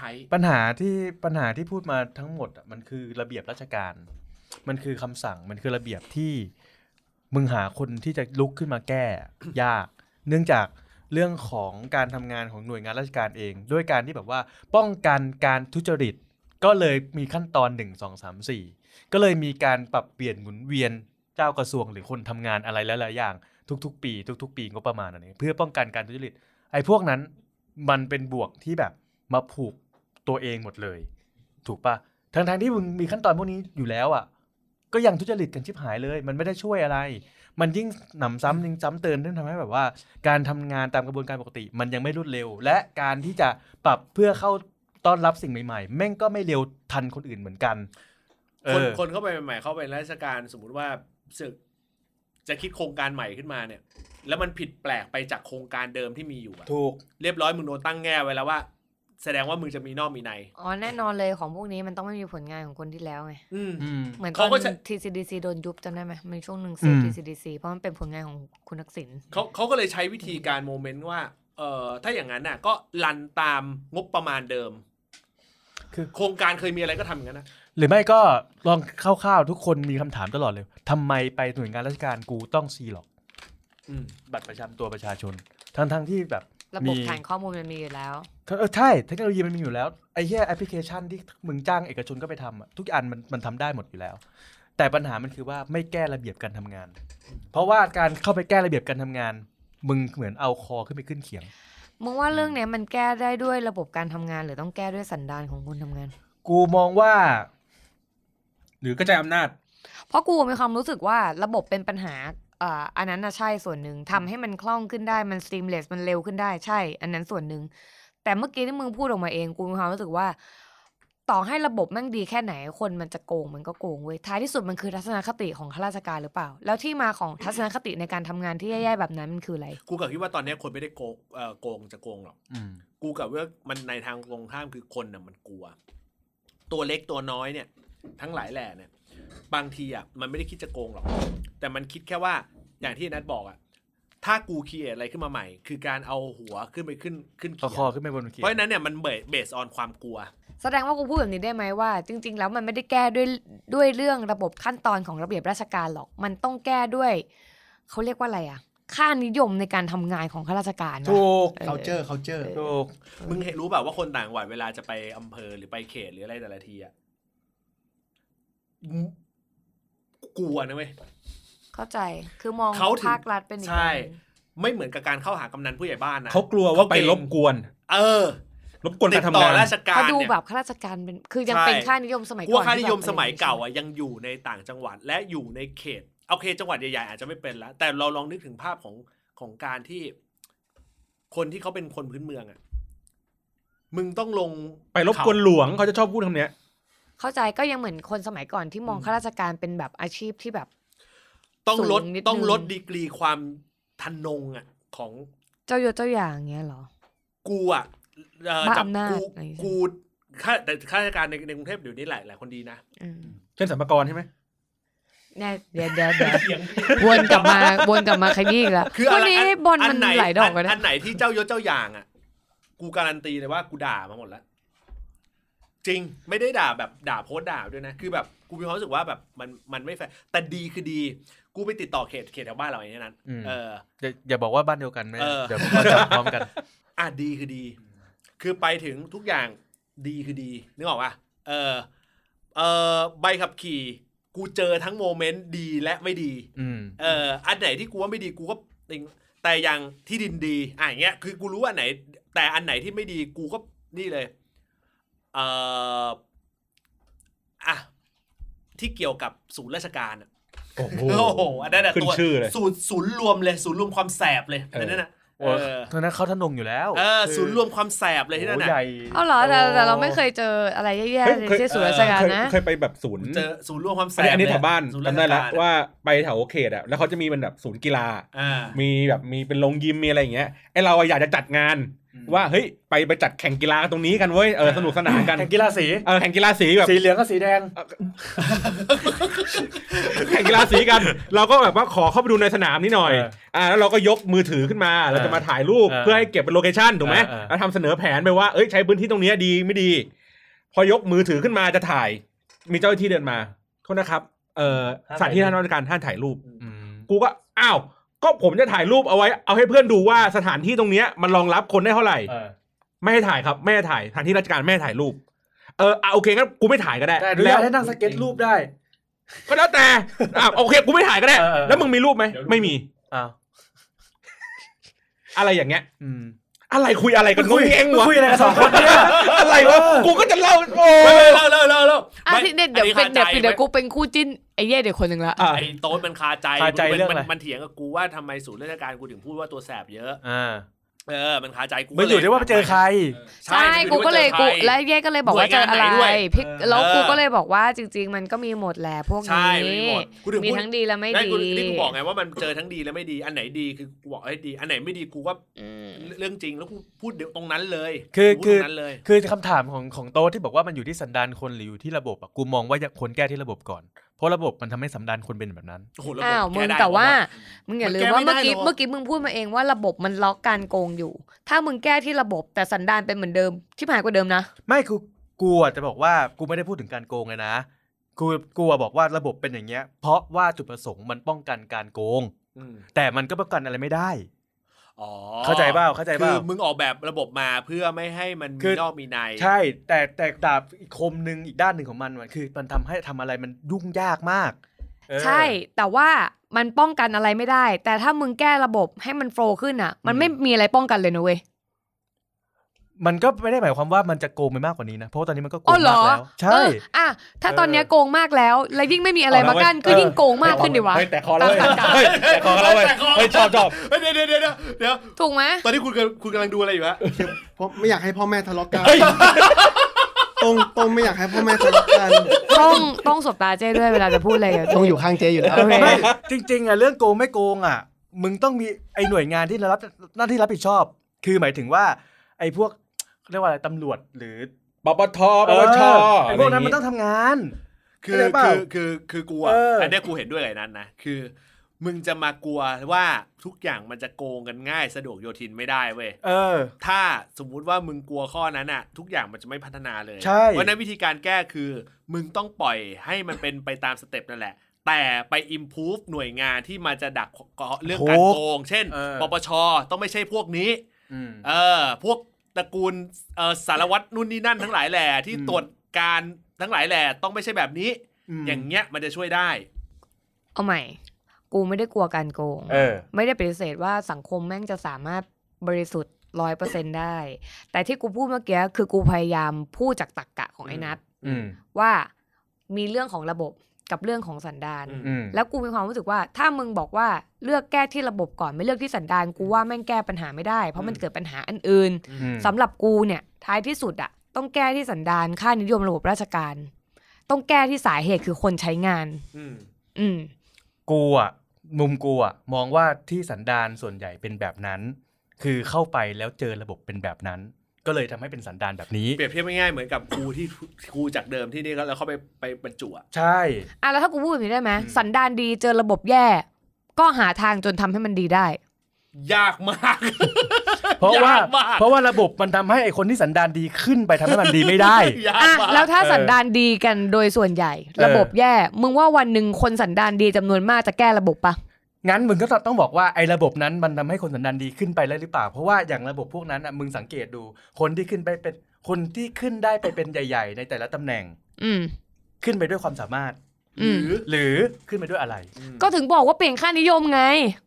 ที่พูดมาทั้งหมดอ่ะมันคือระเบียบราชการมันคือคำสั่งมันคือระเบียบที่มึงหาคนที่จะลุกขึ้นมาแก้ยากเนื่องจากเรื่องของการทำงานของหน่วยงานราชการเองด้วยการที่แบบว่าป้องกันการทุจริตก็เลยมีขั้นตอน1 2 3 4ก็เลยมีการปรับเปลี่ยนหมุนเวียนเจ้ากระทรวงหรือคนทำงานอะไรหลายๆอย่างทุกๆปีงบประมาณอะไรเพื่อป้องกันการทุจริตไอ้พวกนั้นมันเป็นบวกที่แบบมาผูกตัวเองหมดเลยถูกปะทั้งที่มึงมีขั้นตอนพวกนี้อยู่แล้วอ่ะก็ยังทุจริตกันชิบหายเลยมันไม่ได้ช่วยอะไรมันยิ่งหนำซ้ำยิ่งซ้ำเติมที่ทำให้แบบว่าการทำงานตามกระบวนการปกติมันยังไม่รวดเร็วและการที่จะปรับเพื่อเข้าต้อนรับสิ่งใหม่ๆแม่งก็ไม่เร็วทันคนอื่นเหมือนกันคนเข้าไปใหม่ๆเข้าไปราชการสมมุติว่าสึกจะคิดโครงการใหม่ขึ้นมาเนี่ยแล้วมันผิดแปลกไปจากโครงการเดิมที่มีอยู่ถูกเรียบร้อยมึงโดนตั้งแง่ไว้แล้วว่าแสดงว่ามึงจะมีนอกมีในแน่นอนเลยของพวกนี้มันต้องไม่มีผลงานของคนที่แล้วไงเหมือนตอน TCDC โดนยุบจำได้ไหมมีช่วงหนึ่งเซฟ TCDC เพราะมันเป็นผลงานของคุณทักษิณเขาก็เลยใช้วิธีการโมเมนต์ว่าถ้าอย่างนั้นน่ะก็รันตามงบประมาณเดิมคือโครงการเคยมีอะไรก็ทำอย่างนั้นนะหรือไม่ก็ลองคร่าวๆทุกคนมีคำถามตลอดเลยทำไมไปหน่วยงานราชการกูต้องซีหรอกบัตรประจำตัวประชาชนทั้งที่แบบระบบฐานข้อมูลมันมีอยู่แล้วใช่เทคโนโลยีมันมีอยู่แล้วไอ้เหี้ยแอปพลิเคชันที่มึงจ้างเอกชนก็ไปทำทุกอันมันทำได้หมดอยู่แล้วแต่ปัญหามันคือว่าไม่แก้ระเบียบการทำงานเพราะว่าการเข้าไปแก้ระเบียบการทำงานมึงเหมือนเอาคอขึ้นไปขึ้นเขียงมึงว่าเรื่องนี้มันแก้ได้ด้วยระบบการทำงานหรือต้องแก้ด้วยสันดานของคนทำงานกูมองว่าหรือกระจายอำนาจเพราะกูมีความรู้สึกว่าระบบเป็นปัญหาอันนั้นใช่ส่วนหนึ่งทำให้มันคล่องขึ้นได้มัน seamless มันเร็วขึ้นได้ใช่อันนั้นส่วนหนึ่งแต่เมื่อกี้ที่มึงพูดออกมาเองกูมีความรู้สึกว่าต่อให้ระบบแม่งดีแค่ไหนคนมันจะโกงมันก็โกงเว้ยท้ายที่สุดมันคือทัศนคติของข้าราชการหรือเปล่าแล้วที่มาของทัศนคติในการทำงานที่แย่ๆแบบนั้นมันคืออะไรกูกับคิดว่าตอนนี้คนไม่ได้โกงจะโกงหรอกกูกับว่ามันในทางตรงข้ามคือคนน่ะมันกลัวตัวเล็กตัวน้อยเนี่ยทั้งหลายแหล่เนี่ยบางทีอ่ะมันไม่ได้คิดจะโกงหรอกแต่มันคิดแค่ว่าอย่างที่นัทบอกอ่ะถ้ากูคิดอะไรขึ้นมาใหม่คือการเอาหัวขึ้นไปขึ้นคอขึ้นไปบนเขียงเพราะฉะนั้นเนี่ยมันเบสออนความกลัวแสดงว่ากูพูดแบบนี้ได้ไหมว่าจริงๆแล้วมันไม่ได้แก้ด้วยเรื่องระบบขั้นตอนของระเบียบราชการหรอกมันต้องแก้ด้วยเขาเรียกว่าอะไรอ่ะค่านิยมในการทำงานของข้าราชการถูก culture ถูกมึงเห็นรู้เปล่าว่าคนต่างจังหวัดเวลาจะไปอำเภอหรือไปเขตหรืออะไรแต่ละทีอ่ะกลัวนะเว้ยเข้าใจคือมองภาครัฐเป็นใช่ไม่เหมือนกับการเข้าหากำนันผู้ใหญ่บ้านนะเขากลัวว่าไปรบกวนรบกวนการทำงานราชการเนี่ยเขาดูแบบข้าราชการเป็นคือยังเป็นค่านิยมสมัยก่อนค่านิยมสมัยเก่าอ่ะยังอยู่ในต่างจังหวัดและอยู่ในเขตโอเคจังหวัดใหญ่ๆอาจจะไม่เป็นแล้วแต่เราลองนึกถึงภาพของการที่คนที่เขาเป็นคนพื้นเมืองอ่ะมึงต้องลงไปรบกวนหลวงเขาจะชอบพูดคำนี้เข้าใจก็ยังเหมือนคนสมัยก่อนที่มองข้าราชการเป็นแบบอาชีพที่แบบต้องลดดีกรีความทะนงอ่ะของเจ้ายศเจ้าอย่างเงี้ยเหรอกูอ่ะจับกูแต่ข้าราชการในกรุงเทพเดี๋ยวนี้หลายคนดีนะเช่นสรรพากรใช่ไหมเนี่ยเดี๋ยววนกลับมาขยี้แล้ววันนี้บอลมันหลายดอกกันอันไหนที่เจ้ายศเจ้าอย่างอ่ะกูการันตีเลยว่ากูด่ามาหมดแล้วจริงไม่ได้ด่าแบบด่าโพสด่าด้วยนะคือแบบกูมีความรู้สึกว่าแบบมันไม่แฟร์แต่ดีคือดีกูไปติดต่อเขตแถวบ้านเราอย่างนั้นอย่าบอกว่าบ้านเดียวกันไหมเดี๋ยวมาจับพร้อมกันดีคือดีคือไปถึงทุกอย่างดีคือดีนึกออกป่ะใบขับขี่กูเจอทั้งโมเมนต์ดีและไม่ดีอันไหนที่กูว่าไม่ดีกูก็ติงแต่อย่างที่ดินดีอย่างเงี้ยคือกูรู้ว่าไหนแต่อันไหนที่ไม่ดีกูก็นี่เลยที่เกี่ยวกับศูนย์ราชการโอ้โหอันนั้นตัวศูนย์รวมเลยศูนย์รวมความแสบเลยนั่นน่ะตอนนั้นเขาทะนงอยู่แล้วศูนย์รวมความแสบเลยที่นั่นน่ะเอาเหรอแต่เราไม่เคยเจออะไรแย่ๆในศูนย์ราชการนะเคยไปแบบศูนย์เจอศูนย์รวมความแสบอันนี้แถวบ้านจำได้แล้วว่าไปแถวเขตอ่ะแล้วเขาจะมีเป็นแบบศูนย์กีฬามีแบบมีเป็นโรงยิมมีอะไรอย่างเงี้ยไอเราอยากจะจัดงานว่าเฮ้ยไปจัดแข่งกีฬาตรงนี้กันเว้ยสนุกสนานกันแข่งกีฬาสีแข่งกีฬาสีแบบสีเหลืองกับสีแดงแข่งกีฬาสีกันเราก็แบบว่าขอเข้าไปดูในสนามนี้หน่อยแล้วเราก็ยกมือถือขึ้นมาเราจะมาถ่ายรูปเพื่อให้เก็บเป็นโลเคชั่นถูกไหมแล้วทำเสนอแผนไปว่าใช้พื้นที่ตรงนี้ดีไม่ดีพอยกมือถือขึ้นมาจะถ่ายมีเจ้าหน้าที่เดินมาโทษนะครับสถานที่ท่านราชการท่านถ่ายรูปกูก็อ้าวก็ผมจะถ่ายรูปเอาไว้เอาให้เพื่อนดูว่าสถานที่ตรงนี้มันรองรับคนได้เท่าไหร่ไม่ให้ถ่ายครับไม่ให้ถ่ายสถานที่ราชการไม่ให้ถ่ายรูปโอเคงั้นกูไม่ถ่ายก็ได้แล้วให้นั่งสเก็ตรูปได้ก็แล้วแต่โอเคกูไม่ถ่ายก็ได้แล้วมึงมีรูปไหมไม่มีอะไรอย่างเงี้ยอะไรคุยอะไรกันงงเองวะคุยอะไรกันสองคนเนี่ยอะไรวะกูก็จะเล่าโอ้เล่าเดี๋ยวกูเป็นคู่จิ้นไอ้เย่เดี๋ยวคนหนึ่งละไอ้โต๊ดมันคาใจมันเถียงกับกูว่าทำไมศูนย์ราชการกูถึงพูดว่าตัวแสบเยอะมันคาใจกูไม่อยู่ที่ว่าไปเจอใครใช่กูก็เลยแล้วเย่ก็เลยบอกว่าเจออะไรพิกแล้วกูก็เลยบอกว่าจริงๆมันก็มีหมดแหละพวกนี้มีทั้งดีและไม่ดีนี่กูบอกไงว่ามันเจอทั้งดีและไม่ดีอันไหนดีคือกูบอกให้ดีอันไหนไม่ดีกูก็เรื่องจริงแล้วกูพูดเดี๋ยวตรงนั้นเลยคือคำถามของโต๊ะที่บอกว่ามันอยู่ที่สันดานคนหรืออยู่ที่ระบบอ่ะกูมองว่าควรแก้ที่ระบบก่อนเพราะระบบมันทำให้สันดานคนเป็นแบบนั้นอ้าวมึงแต่ว่ามึงอย่าลืมว่าเมื่อกี้มึงพูดมาเองว่าระบบมันล็อกการโกงอยู่ถ้ามึงแก้ที่ระบบแต่สันดานเป็นเหมือนเดิมชิบหายกว่าเดิมนะไม่กูจะบอกว่ากูไม่ได้พูดถึงการโกงเลยนะกูบอกว่าระบบเป็นอย่างเงี้ยเพราะว่าจุดประสงค์มันป้องกันการโกงแต่มันก็ป้องกันอะไรไม่ได้เข้าใจเปล่าคือมึงออกแบบระบบมาเพื่อไม่ให้มันมีนอกมีในใช่แต่ดาบอีกคมนึงอีกด้านหนึ่งของมันคือมันทำอะไรมันยุ่งยากมากใช่แต่ว่ามันป้องกันอะไรไม่ได้แต่ถ้ามึงแก้ระบบให้มันโฟล์ขึ้นอ่ะมันไม่มีอะไรป้องกันเลยนะเว้ยมันก็ไม่ได้หมายความว่ามันจะโกงไปมากกว่านี้นะเพราะตอนนี้มันก็โกงมากแล้วใช่ถ้าตอนนี้โกงมากแล้วแล้วยิ่งไม่มีอะไรมากั้นก็ยิ่งโกงมากขึ้นดิวะแต่คอเราแต่คอเราชอบเดี๋ยวถูกไหมตอนนี้คุณกำลังดูอะไรอยู่ฮะเพราะไม่อยากให้พ่อแม่ทะเลาะกันต้องไม่อยากให้พ่อแม่ทะเลาะกันต้องสบตาเจ้ด้วยเวลาจะพูดอะไรต้องอยู่ข้างเจ้อยู่แล้วไม่จริงๆเรื่องโกงไม่โกงมึงต้องมีไอ้หน่วยงานที่รับหน้าที่รับผิดชอบคือหมายถึงว่าไอ้พวกเรียกว่าอะไรตำรวจหรือปปทไอ้พวกนั้นมันต้องทำงานคือกูอันนี้กูเห็นด้วยกับนั้นนะคือมึงจะมากลัวว่าทุกอย่างมันจะโกงกันง่ายสะดวกโยทินไม่ได้เว้ยถ้าสมมุติว่ามึงกลัวข้อนั้นน่ะทุกอย่างมันจะไม่พัฒนาเลยเพราะนั้นวิธีการแก้คือมึงต้องปล่อยให้มันเป็นไปตามสเต็ปนั่นแหละแต่ไป improve หน่วยงานที่มาจะดักเรื่องการโกงเช่นปปชต้องไม่ใช่พวกนี้พวกตระกูลสารวัตรนู่นนี่นั่นทั้งหลายแหล่ที่ตรวจการทั้งหลายแหล่ต้องไม่ใช่แบบนี้อย่างเงี้ยมันจะช่วยได้เอาใหม่กูไม่ได้กลัวการโกงไม่ได้ปฏิเสธว่าสังคมแม่งจะสามารถบริสุทธิ์ 100% ได้แต่ที่กูพูดเมื่อกี้คือกูพยายามพูดจากตรรกะของไอ้นัทว่ามีเรื่องของระบบกับเรื่องของสันดานแล้วกูมีความรู้สึกว่าถ้ามึงบอกว่าเลือกแก้ที่ระบบก่อนไม่เลือกที่สันดานกูว่าแม่งแก้ปัญหาไม่ได้เพราะมันเกิดปัญหาอันอื่นสำหรับกูเนี่ยท้ายที่สุดต้องแก้ที่สันดานค่านิยมระบบราชการต้องแก้ที่สาเหตุคือคนใช้งานกูมุมกูมองว่าที่สันดานส่วนใหญ่เป็นแบบนั้นคือเข้าไปแล้วเจอระบบเป็นแบบนั้นก็เลยทำให้เป็นสันดานแบบนี้เปรียบเทียบง่ายๆเหมือนกับครูจากเดิมที่นี่แล้วเขาไปบรรจุใช่แล้วถ้ากูพูดแบบนี้ได้ไหมสันดานดีเจอระบบแย่ก็หาทางจนทำให้มันดีได้ยากมากเพราะว่าระบบมันทำให้ไอคนที่สันดานดีขึ้นไปทำให้มันดีไม่ได้แล้วถ้าสันดานดีกันโดยส่วนใหญ่ระบบแย่มึงว่าวันหนึ่งคนสันดานดีจำนวนมากจะแก้ระบบปะงั้นมึงก็ต้องบอกว่าไอ้ระบบนั้นมันทำให้คนสันดานดีขึ้นไปเลยหรือเปล่าเพราะว่าอย่างระบบพวกนั้นมึงสังเกตดูคนที่ขึ้นไปเป็นคนที่ขึ้นได้ไปเป็นใหญ่ๆในแต่ละตำแหน่งขึ้นไปด้วยความสามารถหรือขึ้นไปด้วยอะไรก็ถึงบอกว่าเปลี่ยนค่านิยมไง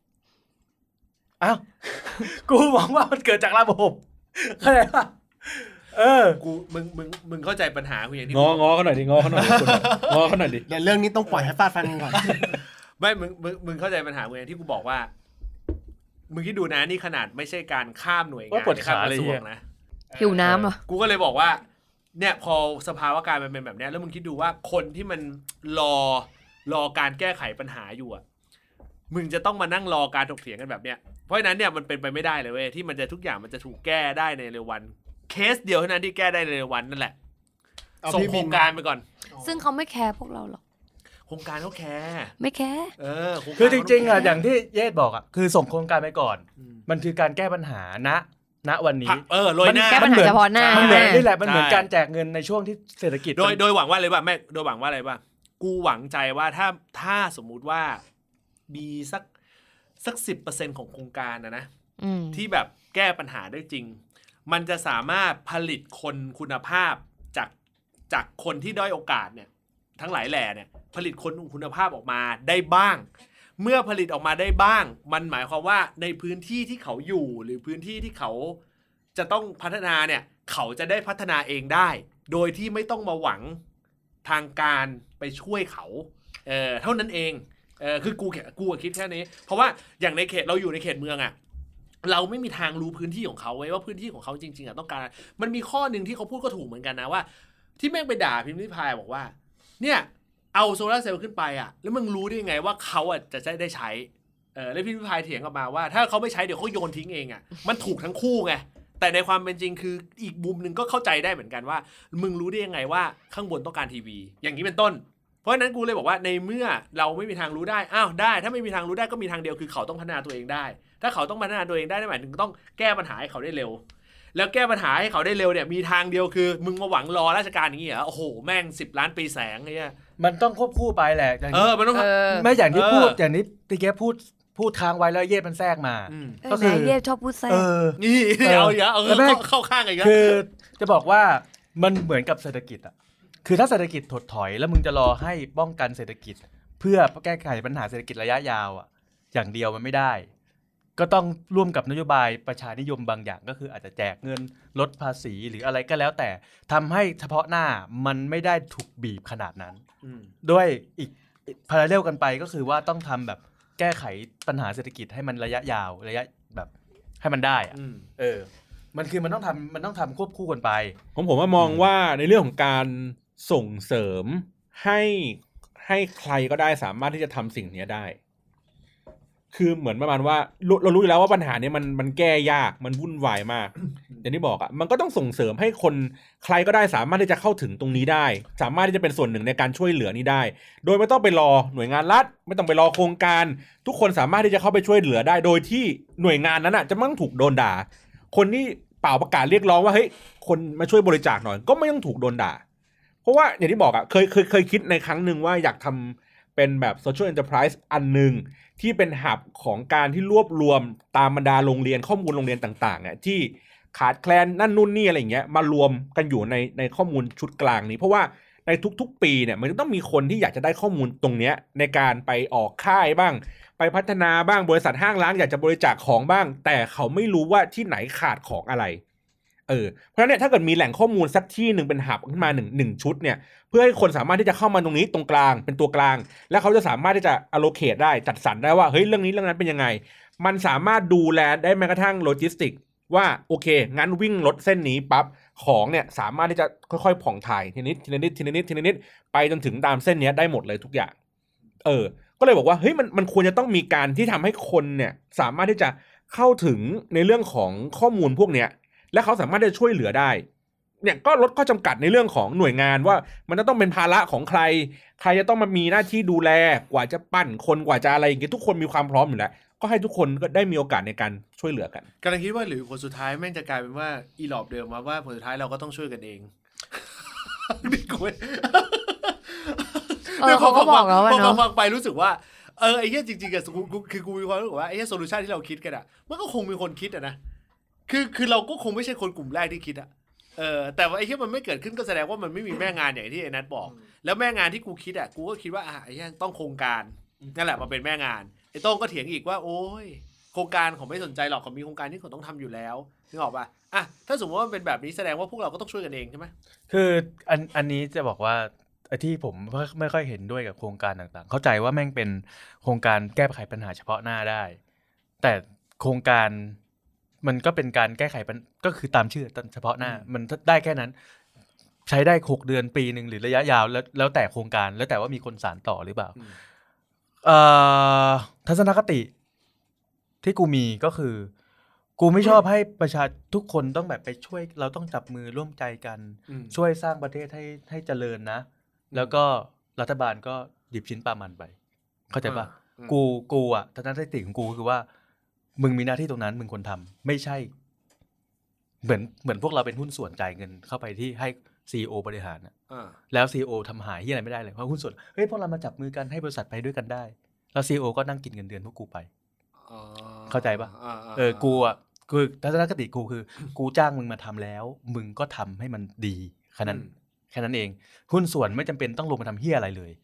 กูมองว่ามันเกิดจากระบบเข้าใจป่ะกูมึงเข้าใจปัญหากูอย่างที่งอเขาหน่อยดิงอเขาหน่อยดิเดี๋ยวเรื่องนี้ต้องปล่อยให้ฟาดฟันกันก่อนไม่มึงเข้าใจปัญหามึงที่กูบอกว่ามึงคิดดูนะนี่ขนาดไม่ใช่การข้ามหน่วยงานข้ามกระทรวงนะหิวน้ำอ่ะกูก็เลยบอกว่าเนี่ยพอสภาวะการมันเป็นแบบนี้แล้วมึงคิดดูว่าคนที่มันรอการแก้ไขปัญหาอยู่อ่ะมึงจะต้องมานั่งรอการถกเถียงกันแบบเนี้ยเพราะฉะนั้นเนี่ยมันเป็นไปไม่ได้เลยเว้ยที่มันจะทุกอย่างมันจะถูกแก้ได้ในเร็ววันเคสเดียวเท่านั้นที่แก้ได้ในเร็ววันนั่นแหละส่งโครงการไปก่อนซึ่งเขาไม่แคร์พวกเราหรอกโครงการเขาแคร์ไม่แคร์คือจริงๆอ่ะอย่างที่เยศบอกอ่ะคือส่งโครงการไปก่อนมันคือการแก้ปัญหาณวันนี้โรยหน้าแก้ปัญหาเฉพาะหน้ามันเหมือนนี่แหละมันเหมือนการแจกเงินในช่วงที่เศรษฐกิจโดยหวังว่าอะไรบ้างแม่โดยหวังว่าอะไรบ้างกูหวังใจว่าถ้าสมมุติว่ามีสัก 10% ของโครงการนะที่แบบแก้ปัญหาได้จริงมันจะสามารถผลิตคนคุณภาพจากคนที่ด้อยโอกาสเนี่ยทั้งหลายแหล่เนี่ยผลิตคนคุณภาพออกมาได้บ้างเมื่อผลิตออกมาได้บ้างมันหมายความว่าในพื้นที่ที่เขาอยู่หรือพื้นที่ที่เขาจะต้องพัฒนาเนี่ยเขาจะได้พัฒนาเองได้โดยที่ไม่ต้องมาหวังทางการไปช่วยเขาเท่านั้นเองคือกูคิดแค่นี้เพราะว่าอย่างในเขตเราอยู่ในเขตเมืองอ่ะเราไม่มีทางรู้พื้นที่ของเขาไว้ว่าพื้นที่ของเขาจริงๆอ่ะต้องการมันมีข้อนึงที่เขาพูดก็ถูกเหมือนกันนะว่าที่แม่งไปด่าพิมพ์ริพายบอกว่าเนี่ยเอาโซลาร์เซลล์ขึ้นไปอ่ะแล้วมึงรู้ได้ยังไงว่าเขาอ่ะจะได้ใช้แล้วพิมพ์ริพายเถียงกลับมาว่าถ้าเขาไม่ใช้เดี๋ยวเขาโยนทิ้งเองอ่ะมันถูกทั้งคู่ไงแต่ในความเป็นจริงคืออีกมุมนึงก็เข้าใจได้เหมือนกันว่ามึงรู้ได้ยังไงว่าข้างบนต้องการทีวีอย่างนี้เป็นต้นเพราะฉะนั้นกูเลยบอกว่าในเมื่อเราไม่มีทางรู้ได้อ้าวได้ถ้าไม่มีทางรู้ได้ก็มีทางเดียวคือเขาต้องพัฒนาตัวเองได้ถ้าเขาต้องพัฒนาตัวเองได้หมายถึงต้องแก้ปัญหาให้เขาได้เร็วแล้วแก้ปัญหาให้เขาได้เร็วเนี่ยมีทางเดียวคือมึงมาหวังรอราชการอย่างนี้เหรอโอ้โหแม่ง10 ล้านปีแสงเนี่ยมันต้องควบคู่ไปแหละมันต้องไม่อย่างที่พูดอย่างนี้ตีแกพูดค้างไว้แล้วเย็บมันแทรกมาก็คือเย็บชอบพูดแทรกนี่เอาอย่างเข้าข้างอีกแล้วคือจะบอกว่ามันเหมือนกับเศรษฐกิจอ่ะคือถ้าเศรษฐกิจถดถอยแล้วมึงจะรอให้ป้องกันเศรษฐกิจเพื่อแก้ไขปัญหาเศรษฐกิจระยะยาวอ่ะอย่างเดียวมันไม่ได้ก็ต้องร่วมกับนโยบายประชานิยมบางอย่างก็คืออาจจะแจกเงินลดภาษีหรืออะไรก็แล้วแต่ทำให้เฉพาะหน้ามันไม่ได้ถูกบีบขนาดนั้นด้วยอีกพาราเรลกันไปก็คือว่าต้องทำแบบแก้ไขปัญหาเศรษฐกิจให้มันระยะยาวระยะแบบให้มันได้อะมันคือมันต้องทำควบคู่กันไปผมว่ามองว่าในเรื่องของการส่งเสริมให้ใครก็ได้สามารถที่จะทำสิ่งนี้ได้คือเหมือนประมาณว่าเรารู้อยู่แล้วว่าปัญหานี้มันแก้ยากมันวุ่นวายมากอย่างที่บอกอ่ะมันก็ต้องส่งเสริมให้คนใครก็ได้สามารถที่จะเข้าถึงตรงนี้ได้สามารถที่จะเป็นส่วนหนึ่งในการช่วยเหลือนี้ได้โดยไม่ต้องไปรอหน่วยงานรัฐไม่ต้องไปรอโครงการทุกคนสามารถที่จะเข้าไปช่วยเหลือได้โดยที่หน่วยงานนั้นอ่ะจะไม่ต้องถูกโดนด่าคนที่เป่าประกาศเรียกร้องว่าเฮ้ยคนมาช่วยบริจาคหน่อยก็ไม่ต้องถูกโดนด่าเพราะว่าอย่างที่บอกอ่ะเคยคิดในครั้งนึงว่าอยากทำเป็นแบบ social enterprise อันนึงที่เป็นหับของการที่รวบรวมตามบรรดาโรงเรียนข้อมูลโรงเรียนต่างๆเนี่ยที่ขาดแคลนนั่นนู่นนี่อะไรอย่างเงี้ยมารวมกันอยู่ในข้อมูลชุดกลางนี้เพราะว่าในทุกๆปีเนี่ยมันต้องมีคนที่อยากจะได้ข้อมูลตรงเนี้ยในการไปออกค่ายบ้างไปพัฒนาบ้างบริษัทห้างร้านอยากจะบริจาคของบ้างแต่เขาไม่รู้ว่าที่ไหนขาดของอะไรเพราะฉะนั้นเนี่ยถ้าเกิดมีแหล่งข้อมูลสักที่หนึ่งเป็นหับขึ้นมาหนึ่งชุดเนี่ยเพื่อให้คนสามารถที่จะเข้ามาตรงนี้ตรงกลางเป็นตัวกลางแล้วเขาจะสามารถที่จะ allocate ได้จัดสรรได้ว่าเฮ้ยเรื่องนี้เรื่องนั้นเป็นยังไงมันสามารถดูแลได้แม้กระทั่งโลจิสติกว่าโอเคงั้นวิ่งรถเส้นนี้ปั๊บของเนี่ยสามารถที่จะค่อยๆผ่องถ่ายทีนิดไปจนถึงตามเส้นนี้ได้หมดเลยทุกอย่างก็เลยบอกว่าเฮ้ยมันควรจะต้องมีการที่ทำให้คนเนี่ยสามารถที่จะเข้าถึงในเรื่องของข้อมูลพวกเนี้ยและเขาสามารถจะช่วยเหลือได้เนี่ยก็ลดข้อจำกัดในเรื่องของหน่วยงานว่ามันจะต้องเป็นภาระของใครจะต้องมามีหน้าที่ดูแลกว่าจะปั้นคนกว่าจะอะไรอย่างเงี้ยทุกคนมีความพร้อมอยู่แล้วก็ให้ทุกคนก็ได้มีโอกาสในการช่วยเหลือกันกำลังคิดว่าหรือผลสุดท้ายแม่งจะกลายเป็นว่าอีหลอบเดิมว่าผลสุดท้ายเราก็ต้องช่วยกันเองนี่กูเขาก็บอกแล้วว่าเนาะฟังไปรู้สึกว่าไอ้เหี้ยจริงๆอะคือกูมีความรู้สึกว่าไอ้เหี้ยโซลูชันที่เราคิดกันอะมันก็คงมีคนคิดอะนะคือเราก็คงไม่ใช่คนกลุ่มแรกที่คิดอะแต่ว่าไอ้ที่มันไม่เกิดขึ้นก็แสดงว่ามันไม่มีแม่งานอย่างที่ไอ้นัทบอกแล้วแม่งานที่กูคิดอ่ะกูก็คิดว่าไอ้ยังต้องโครงการนั่นแหละมาเป็นแม่งานไอ้โต้งก็เถียงอีกว่าโอ้ยโครงการเขาไม่สนใจหรอกเขามีโครงการที่เขาต้องทำอยู่แล้วนึกออกป่ะถ้าสมมติว่ามันเป็นแบบนี้แสดงว่าพวกเราก็ต้องช่วยกันเองใช่ไหมคืออันนี้จะบอกว่าที่ผมไม่ค่อยเห็นด้วยกับโครงการต่างๆเข้าใจว่าแม่งเป็นโครงการแก้ไขปัญหาเฉพาะหน้าได้แต่โครงการมันก็เป็นการแก้ไขก็คือตามชื่อเฉพาะหน้ามันได้แค่นั้นใช้ได้6 เดือนปีนึงหรือระยะยาวแล้วแต่โครงการแล้วแต่ว่ามีคนสานต่อหรือเปล่าทัศนคติที่กูมีก็คือกูไม่ชอบให้ประชาทุกคนต้องแบบไปช่วยเราต้องจับมือร่วมใจกันช่วยสร้างประเทศให้เจริญนะแล้วก็รัฐบาลก็หยิบชิ้นปลามันไปเข้าใจป่ะกูอ่ะทัศนคติของกูคือว่ามึงมีหน้าที่ตรงนั้นมึงควรทำไม่ใช่เหมือนพวกเราเป็นหุ้นส่วนจ่ายเงินเข้าไปที่ให้ CEO บริหารแล้ว CEO ทำหายที่อะไรไม่ได้เลยเพราะหุ้นส่วนเฮ้ยพวกเรามาจับมือกันให้บริษัทไปด้วยกันได้แล้ว CEO ก็นั่งกินเงินเดือนพวกกูไปเข้าใจป่ะกูอ่ะคือทัศนคติกูคือกูจ้างมึงมาทำแล้วมึงก็ทำให้มันดีแค่นั้นเองหุ้นส่วนไม่จำเป็นต้องลงมาทำเหี้ยอะไรเลย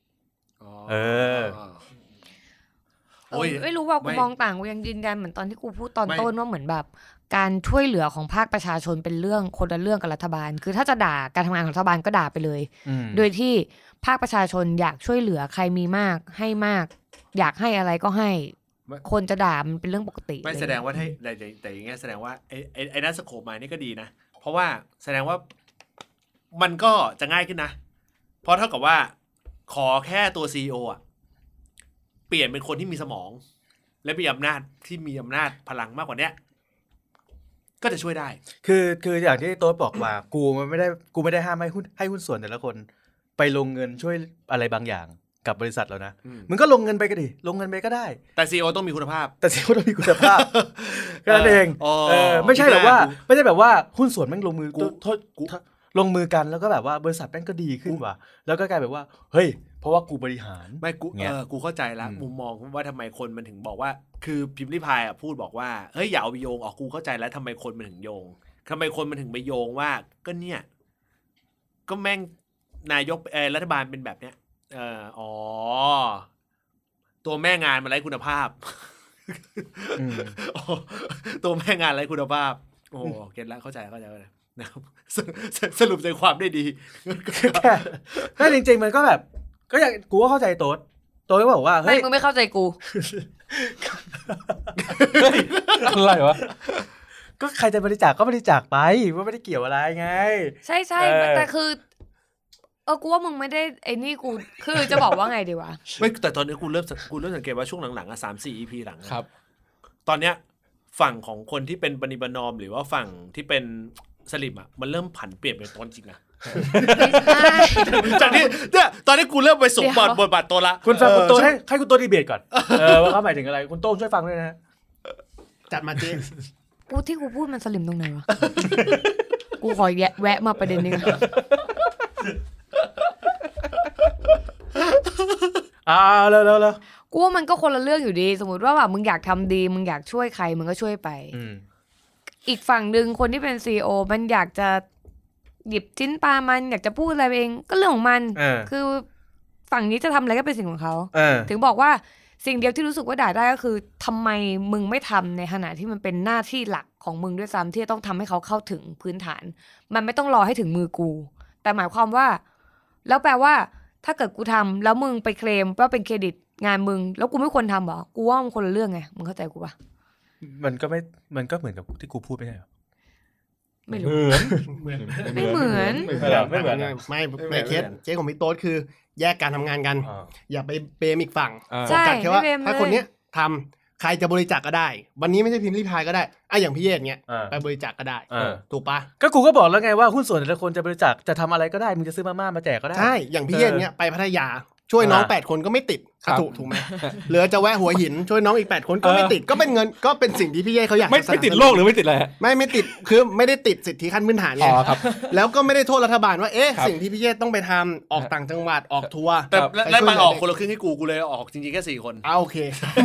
ไม่รู้ว่ากูมองต่างกูยังยืนยันเหมือนตอนที่กูพูดตอนต้นว่าเหมือนแบบการช่วยเหลือของภาคประชาชนเป็นเรื่องคนละเรื่องกับรัฐบาลคือถ้าจะด่าการทำงานของรัฐบาลก็ด่าไปเลยโดยที่ภาคประชาชนอยากช่วยเหลือใครมีมากให้มากอยากให้อะไรก็ให้คนจะด่ามันเป็นเรื่องปกติไม่แสดงว่าแต่อย่างเงี้ยแสดงว่าไอ้นักสโคปมานี่ก็ดีนะเพราะว่าแสดงว่ามันก็จะง่ายขึ้นนะเพราะเท่ากับว่าขอแค่ตัว CEO อ่ะเปลี่ยนเป็นคนที่มีสมองและมีอำนาจที่มีอำนาจพลังมากกว่านี้ก็จะช่วยได้คืออย่างที่โต๊ดบอกว่ากูไม่ได้ห้ามให้หุ้นส่วนแต่ละคนไปลงเงินช่วยอะไรบางอย่างกับบริษัทแล้วนะมึงก็ลงเงินไปก็ดิลงเงินไปก็ได้แต่ CEO ต้องมีคุณภาพแค่นั้นเองไม่ใช่แบบว่าหุ้นส่วนแม่งลงมือลงมือกันแล้วก็แบบว่าบริษัทแม่งก็ดีขึ้นว่ะแล้วก็กลายแบบว่าเฮ้ยเพราะว่ากูบริหารไม่กูเข้าใจละมุมมองว่าทำไมคนมันถึงบอกว่าคือพิมพ์ริพายพูดบอกว่าเฮ้ยอย่าเอาไปโยงออกกูเข้าใจแล้วทำไมคนมันถึงโยงทำไมคนมันถึงไปโยงว่าก็เนี่ยก็แม่งนายกรัฐบาลเป็นแบบเนี้ยตัวแม่งานมันไร้คุณภาพตัวแม่งานไร้คุณภาพโอ้เก็ตแล้วเข้าใจเลยนะครับสรุปใจความได้ดีแต่จริงๆมันก็แบบก็อย่างกูก็เข้าใจโต๊ดก็บอกว่าเฮ้ยมึงไม่เข้าใจกูอะไรวะก็ใครจะบริจาคก็บริจาคไปว่าไม่ได้เกี่ยวอะไรไงใช่แต่คือกูว่ามึงไม่ได้ไอ้นี่กูคือจะบอกว่าไงดีวะไม่แต่ตอนนี้กูเริ่มสังเกตว่าช่วงหลังๆ3-4 EP หลังครับตอนเนี้ยฝั่งของคนที่เป็นปณิประนอมหรือว่าฝั่งที่เป็นสลิมอ่ะมันเริ่มผันเปลี่ยนไปตอนจริงนะจากนี้เนี่ยตอนนี้กูเริ่มไปสมบทบาทตัวละคุณฟังคุณโตให้คุณโตดีเบตก่อนว่าเขาหมายถึงอะไรคุณโตช่วยฟังด้วยนะจัดมาเจ๊ที่กูพูดมันสลิมตรงไหนวะกูขอแวะมาประเด็นนึงแล้วกูว่ามันก็คนละเรื่องอยู่ดีสมมติว่าแบบมึงอยากทำดีมึงอยากช่วยใครมึงก็ช่วยไปอีกฝั่งนึงคนที่เป็น CEO มันอยากจะหยิบชิ้นปลามันอยากจะพูดอะไรเองก็เรื่องของมันคือฝั่งนี้จะทำอะไรก็เป็นสิ่งของเขาถึงบอกว่าสิ่งเดียวที่รู้สึกว่าด่าได้ก็คือทำไมมึงไม่ทำในขณะที่มันเป็นหน้าที่หลักของมึงด้วยซ้ำที่จะต้องทำให้เขาเข้าถึงพื้นฐานมันไม่ต้องรอให้ถึงมือกูแต่หมายความว่าแล้วแปลว่าถ้าเกิดกูทำแล้วมึงไปเคลมว่าเป็นเครดิตงานมึงแล้วกูไม่ควรทำหรอกูว่ามันคนละเรื่องไงมึงเข้าใจกูปะมันก็เหมือนกับที่กูพูดไม่ใช่หรอไม่เหมือนไม่เคสเจ๊ของพี่โต๊ดคือแยกการทำงานกันอย่าไปเปมอีกฝั่งใช่แค่ว่าถ้าคนนี้ทำใครจะบริจาคก็ได้วันนี้ไม่ใช่พิมพ์ริพายก็ได้อย่างพี่เยศเงี้ยไปบริจาคก็ได้ถูกปะก็กูก็บอกแล้วไงว่าหุ้นส่วนแต่ละคนจะบริจาคจะทำอะไรก็ได้มึงจะซื้อมาม่ามาแจกก็ได้ใช่อย่างพี่เยศเงี้ยไปพัทยาช่วยน้อง8คนก็ไม่ติดถูกไหมเหลือจะแวะหัวหินช่วยน้องอีก8คนก็ไม่ติดก็เป็นเงินก็เป็นสิ่งที่พี่เย่เขาอยากไม่ติดโลกหรือไม่ติดอะไรไม่ติดคือไม่ได้ติดสิทธิขั้นพื้นฐานไงแล้วก็ไม่ได้โทษรัฐบาลว่าสิ่งที่พี่เย่ต้องไปทำออกต่างจังหวัดออกทัวร์แต่แล้วมันออกคนละครึ่งให้กูเลยออกจริงๆแค่4คนโอเค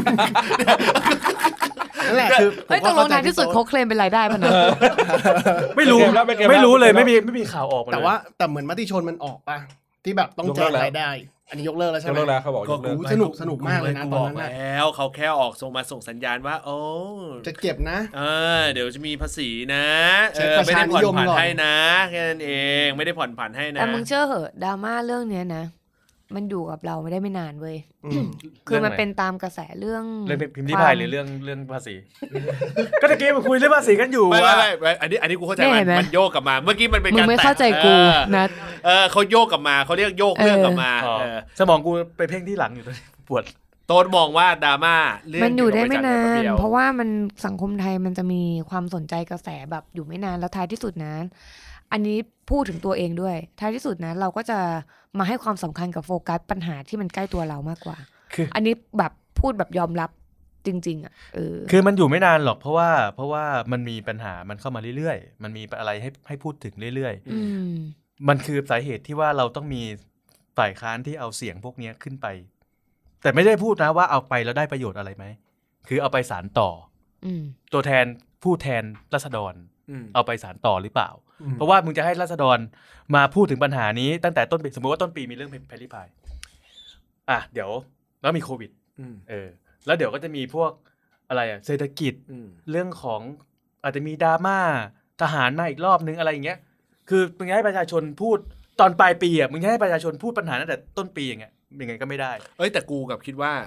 นั่นแหละคือตกลงท้ายที่สุดเขาเคลมเป็นรายได้ป่ะนะไม่รู้เลยไม่มีข่าวออกแต่เหมือนมติชนมันออกป่ะที่แบบต้องแจกรายได้อันนี้ยกเลิกแล้วใช่ไหมยกเลิกแล้วเขาบอกยกเลิกสนุกมากเลยนะตอนนั้นนะแล้วเขาแค่ส่งสัญญาณว่าโอ้จะเก็บนะเดี๋ยวจะมีภาษีนะไม่ได้ผ่อนผันให้นะแค่นั้นเองไม่ได้ผ่อนผันให้นะแต่มึงเชื่อเหอะดราม่าเรื่องเนี้ยนะมันอยู่กับเราไม่ได้ไม่นานเว้ยคือมันเป็นตามกระแสเรื่องพิมพ์ริพายหรือเรื่องภาษีก็ตะกี้มาคุยเรื่องภาษีกันอยู่ไม่อันนี้กูเข้าใจมันโยกกลับมาเมื่อกี้มันเป็นการมึงไม่เข้าใจกูนะเขาโยกกลับมาเขาเรียกโยกเรื่องกลับมาสมองกูไปเพ่งที่หลังอยู่ปวดโต้นมองว่าดราม่ามันอยู่ได้ไม่นานเพราะว่ามันสังคมไทยมันจะมีความสนใจกระแสแบบอยู่ไม่นานแล้วท้ายที่สุดนะอันนี้พูดถึงตัวเองด้วยท้ายที่สุดนะเราก็จะมาให้ความสำคัญกับโฟกัสปัญหาที่มันใกล้ตัวเรามากกว่าอันนี้แบบพูดแบบยอมรับจริงๆอ่ะคือมันอยู่ไม่นานหรอกเพราะว่ามันมีปัญหามันเข้ามาเรื่อยๆมันมีอะไรให้พูดถึงเรื่อยๆมันคือสาเหตุที่ว่าเราต้องมีฝ่ายค้านที่เอาเสียงพวกนี้ขึ้นไปแต่ไม่ได้พูดนะว่าเอาไปแล้วได้ประโยชน์อะไรไหมคือเอาไปสานต่อตัวแทนผู้แทนราษฎรเอาไปสานต่อหรือเปล่าเพราะว่ามึงจะให้ราษฎรมาพูดถึงปัญหานี้ตั้งแต่ต้นปีสมมติว่าต้นปีมีเรื่องแพริพายเดี๋ยวแล้วมีโควิดแล้วเดี๋ยวก็จะมีพวกอะไรเศรษฐกิจเรื่องของอาจจะมีดราม่าทหารมาอีกรอบนึงอะไรอย่างเงี้ยคือมึงให้ประชาชนพูดตอนปลายปีมึงให้ประชาชนพูดปัญหาตั้งแต่ต้นปีอย่างเงี้ยยังไงก็ไม่ได้แต่กูกับคิดว่า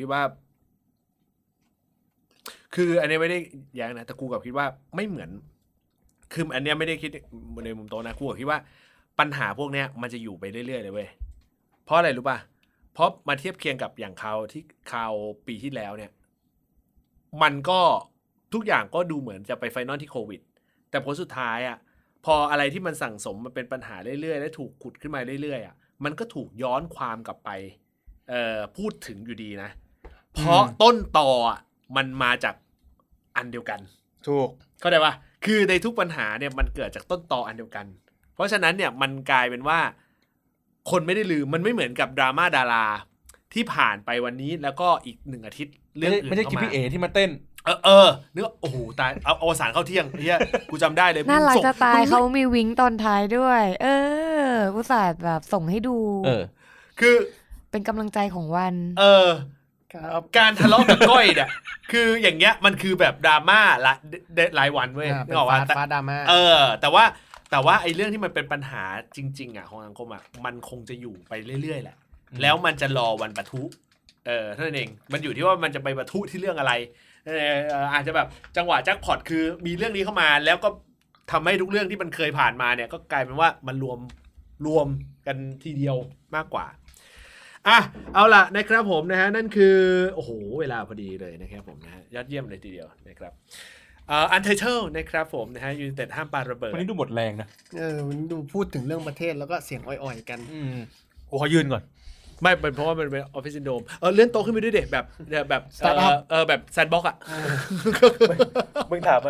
คืออันนี้ไม่ได้แย้งนะแต่กูกับคิดว่าไม่เหมือนคืออันเนี้ยไม่ได้คิดในมุมโตนะกูคิดว่าปัญหาพวกเนี้ยมันจะอยู่ไปเรื่อยๆเลยเว้ยเพราะอะไรรู้ป่ะเพราะมาเทียบเคียงกับอย่างข่าวปีที่แล้วเนี่ยมันก็ทุกอย่างก็ดูเหมือนจะไปไฟนอลที่โควิดแต่ผลสุดท้ายพออะไรที่มันสั่งสมมันเป็นปัญหาเรื่อยๆและถูกขุดขึ้นมาเรื่อยๆมันก็ถูกย้อนความกลับไปพูดถึงอยู่ดีนะเพราะต้นตอมันมาจากอันเดียวกันถูกเข้าใจป่ะคือในทุกปัญหาเนี่ยมันเกิดจากต้นตออันเดียวกันเพราะฉะนั้นเนี่ยมันกลายเป็นว่าคนไม่ได้ลืมมันไม่เหมือนกับดราม่าดาราที่ผ่านไปวันนี้แล้วก็อีก1 อาทิตย์เรื่องอื่นไม่ได้คิดพี่เอที่มาเต้นนึกโอ้โหตายเอาอวสานเข้าเที่ยงเฮียกูจำได้เลยน่ารักจะตายเขามีวิงตอนท้ายด้วยอุตส่าห์แบบส่งให้ดูคือเป็นกำลังใจของวันการทะเลาะกับก้อยเนี่ยคืออย่างเงี้ยมันคือแบบดราม่ารายวันเว้ยนึกออกว่าฟ้าดราม่าแต่ว่าไอ้เรื่องที่มันเป็นปัญหาจริงๆของสังคมมันคงจะอยู่ไปเรื่อยๆแหละแล้วมันจะรอวันปะทุเท่านั้นเองมันอยู่ที่ว่ามันจะไปปะทุที่เรื่องอะไรอาจจะแบบจังหวะแจ็คพอตคือมีเรื่องนี้เข้ามาแล้วก็ทำให้ทุกเรื่องที่มันเคยผ่านมาเนี่ยก็กลายเป็นว่ามันรวมกันทีเดียวมากกว่าเอาล่ะนะครับผมนะฮะนั่นคือโอ้โหเวลาพอดีเลยนะครับผมนะฮะยอดเยี่ยมเลยทีเดียวนะครับUntitled นะครับผมนะฮะยูไนเต็ดห้ามปาระเบิดวันนี้ดูหมดแรงนะมันดูพูดถึงเรื่องประเทศแล้วก็เสียงอ่อยๆกันกูขอยืนก่อนไม่เป็นเพราะว่ามันเป็นออฟฟิศซินโดรมเลื่อนโตขึ้นไปด้วยเด็กแบบสตาร์ทอัพแบบแซนด์บ็อกซ์มึงถามว่า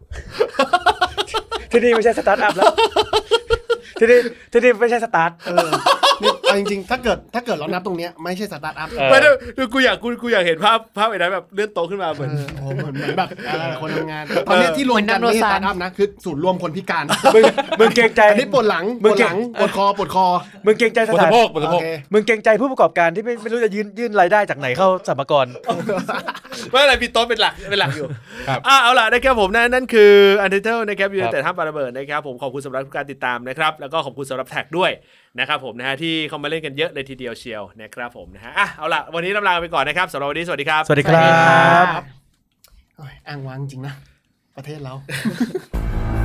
ที่นี่ไม่ใช่สตาร์ทอัพแล้วที่นี่ไม่ใช่สตาร์ทนี่จริงๆถ้าเกิดเรานับตรงเนี้ยไม่ใช่สตาร์ทอัพไม่ได้กูอยากเห็นภาพไอ้นั้นแบบเลื่อนโตขึ้นมาเหมือนแบบคนทำงานตอนนี้ที่รวมกันนี่สตาร์ทอัพนะคือศูนย์รวมคนพิการมึงเกรงใจอันนี้ปวดหลังปวดคอมึงเกรงใจสถานมึงเกรงใจผู้ประกอบการที่ไม่รู้จะยื่นรายได้จากไหนเข้าสรรพากรไม่อะไรพี่โต๊ะเป็นหลักอยู่เอาล่ะนะครับผมนั่นคือ Untitled นะครับยูไนเต็ดห้ามปาระเบิดนะครับผมขอบคุณสำหรับการติดตามนะครับแล้วก็ขอบคุณสำหรับแท็กด้วยนะครับผมนะฮะที่เข้ามาเล่นกันเยอะเลยทีเดียวเชียวนะครับผมนะฮะเอาล่ะวันนี้ลาไปก่อนนะครับสำหรับวันนี้สวัสดีครับสวัสดีครับอ้างว้างจริงนะประเทศเรา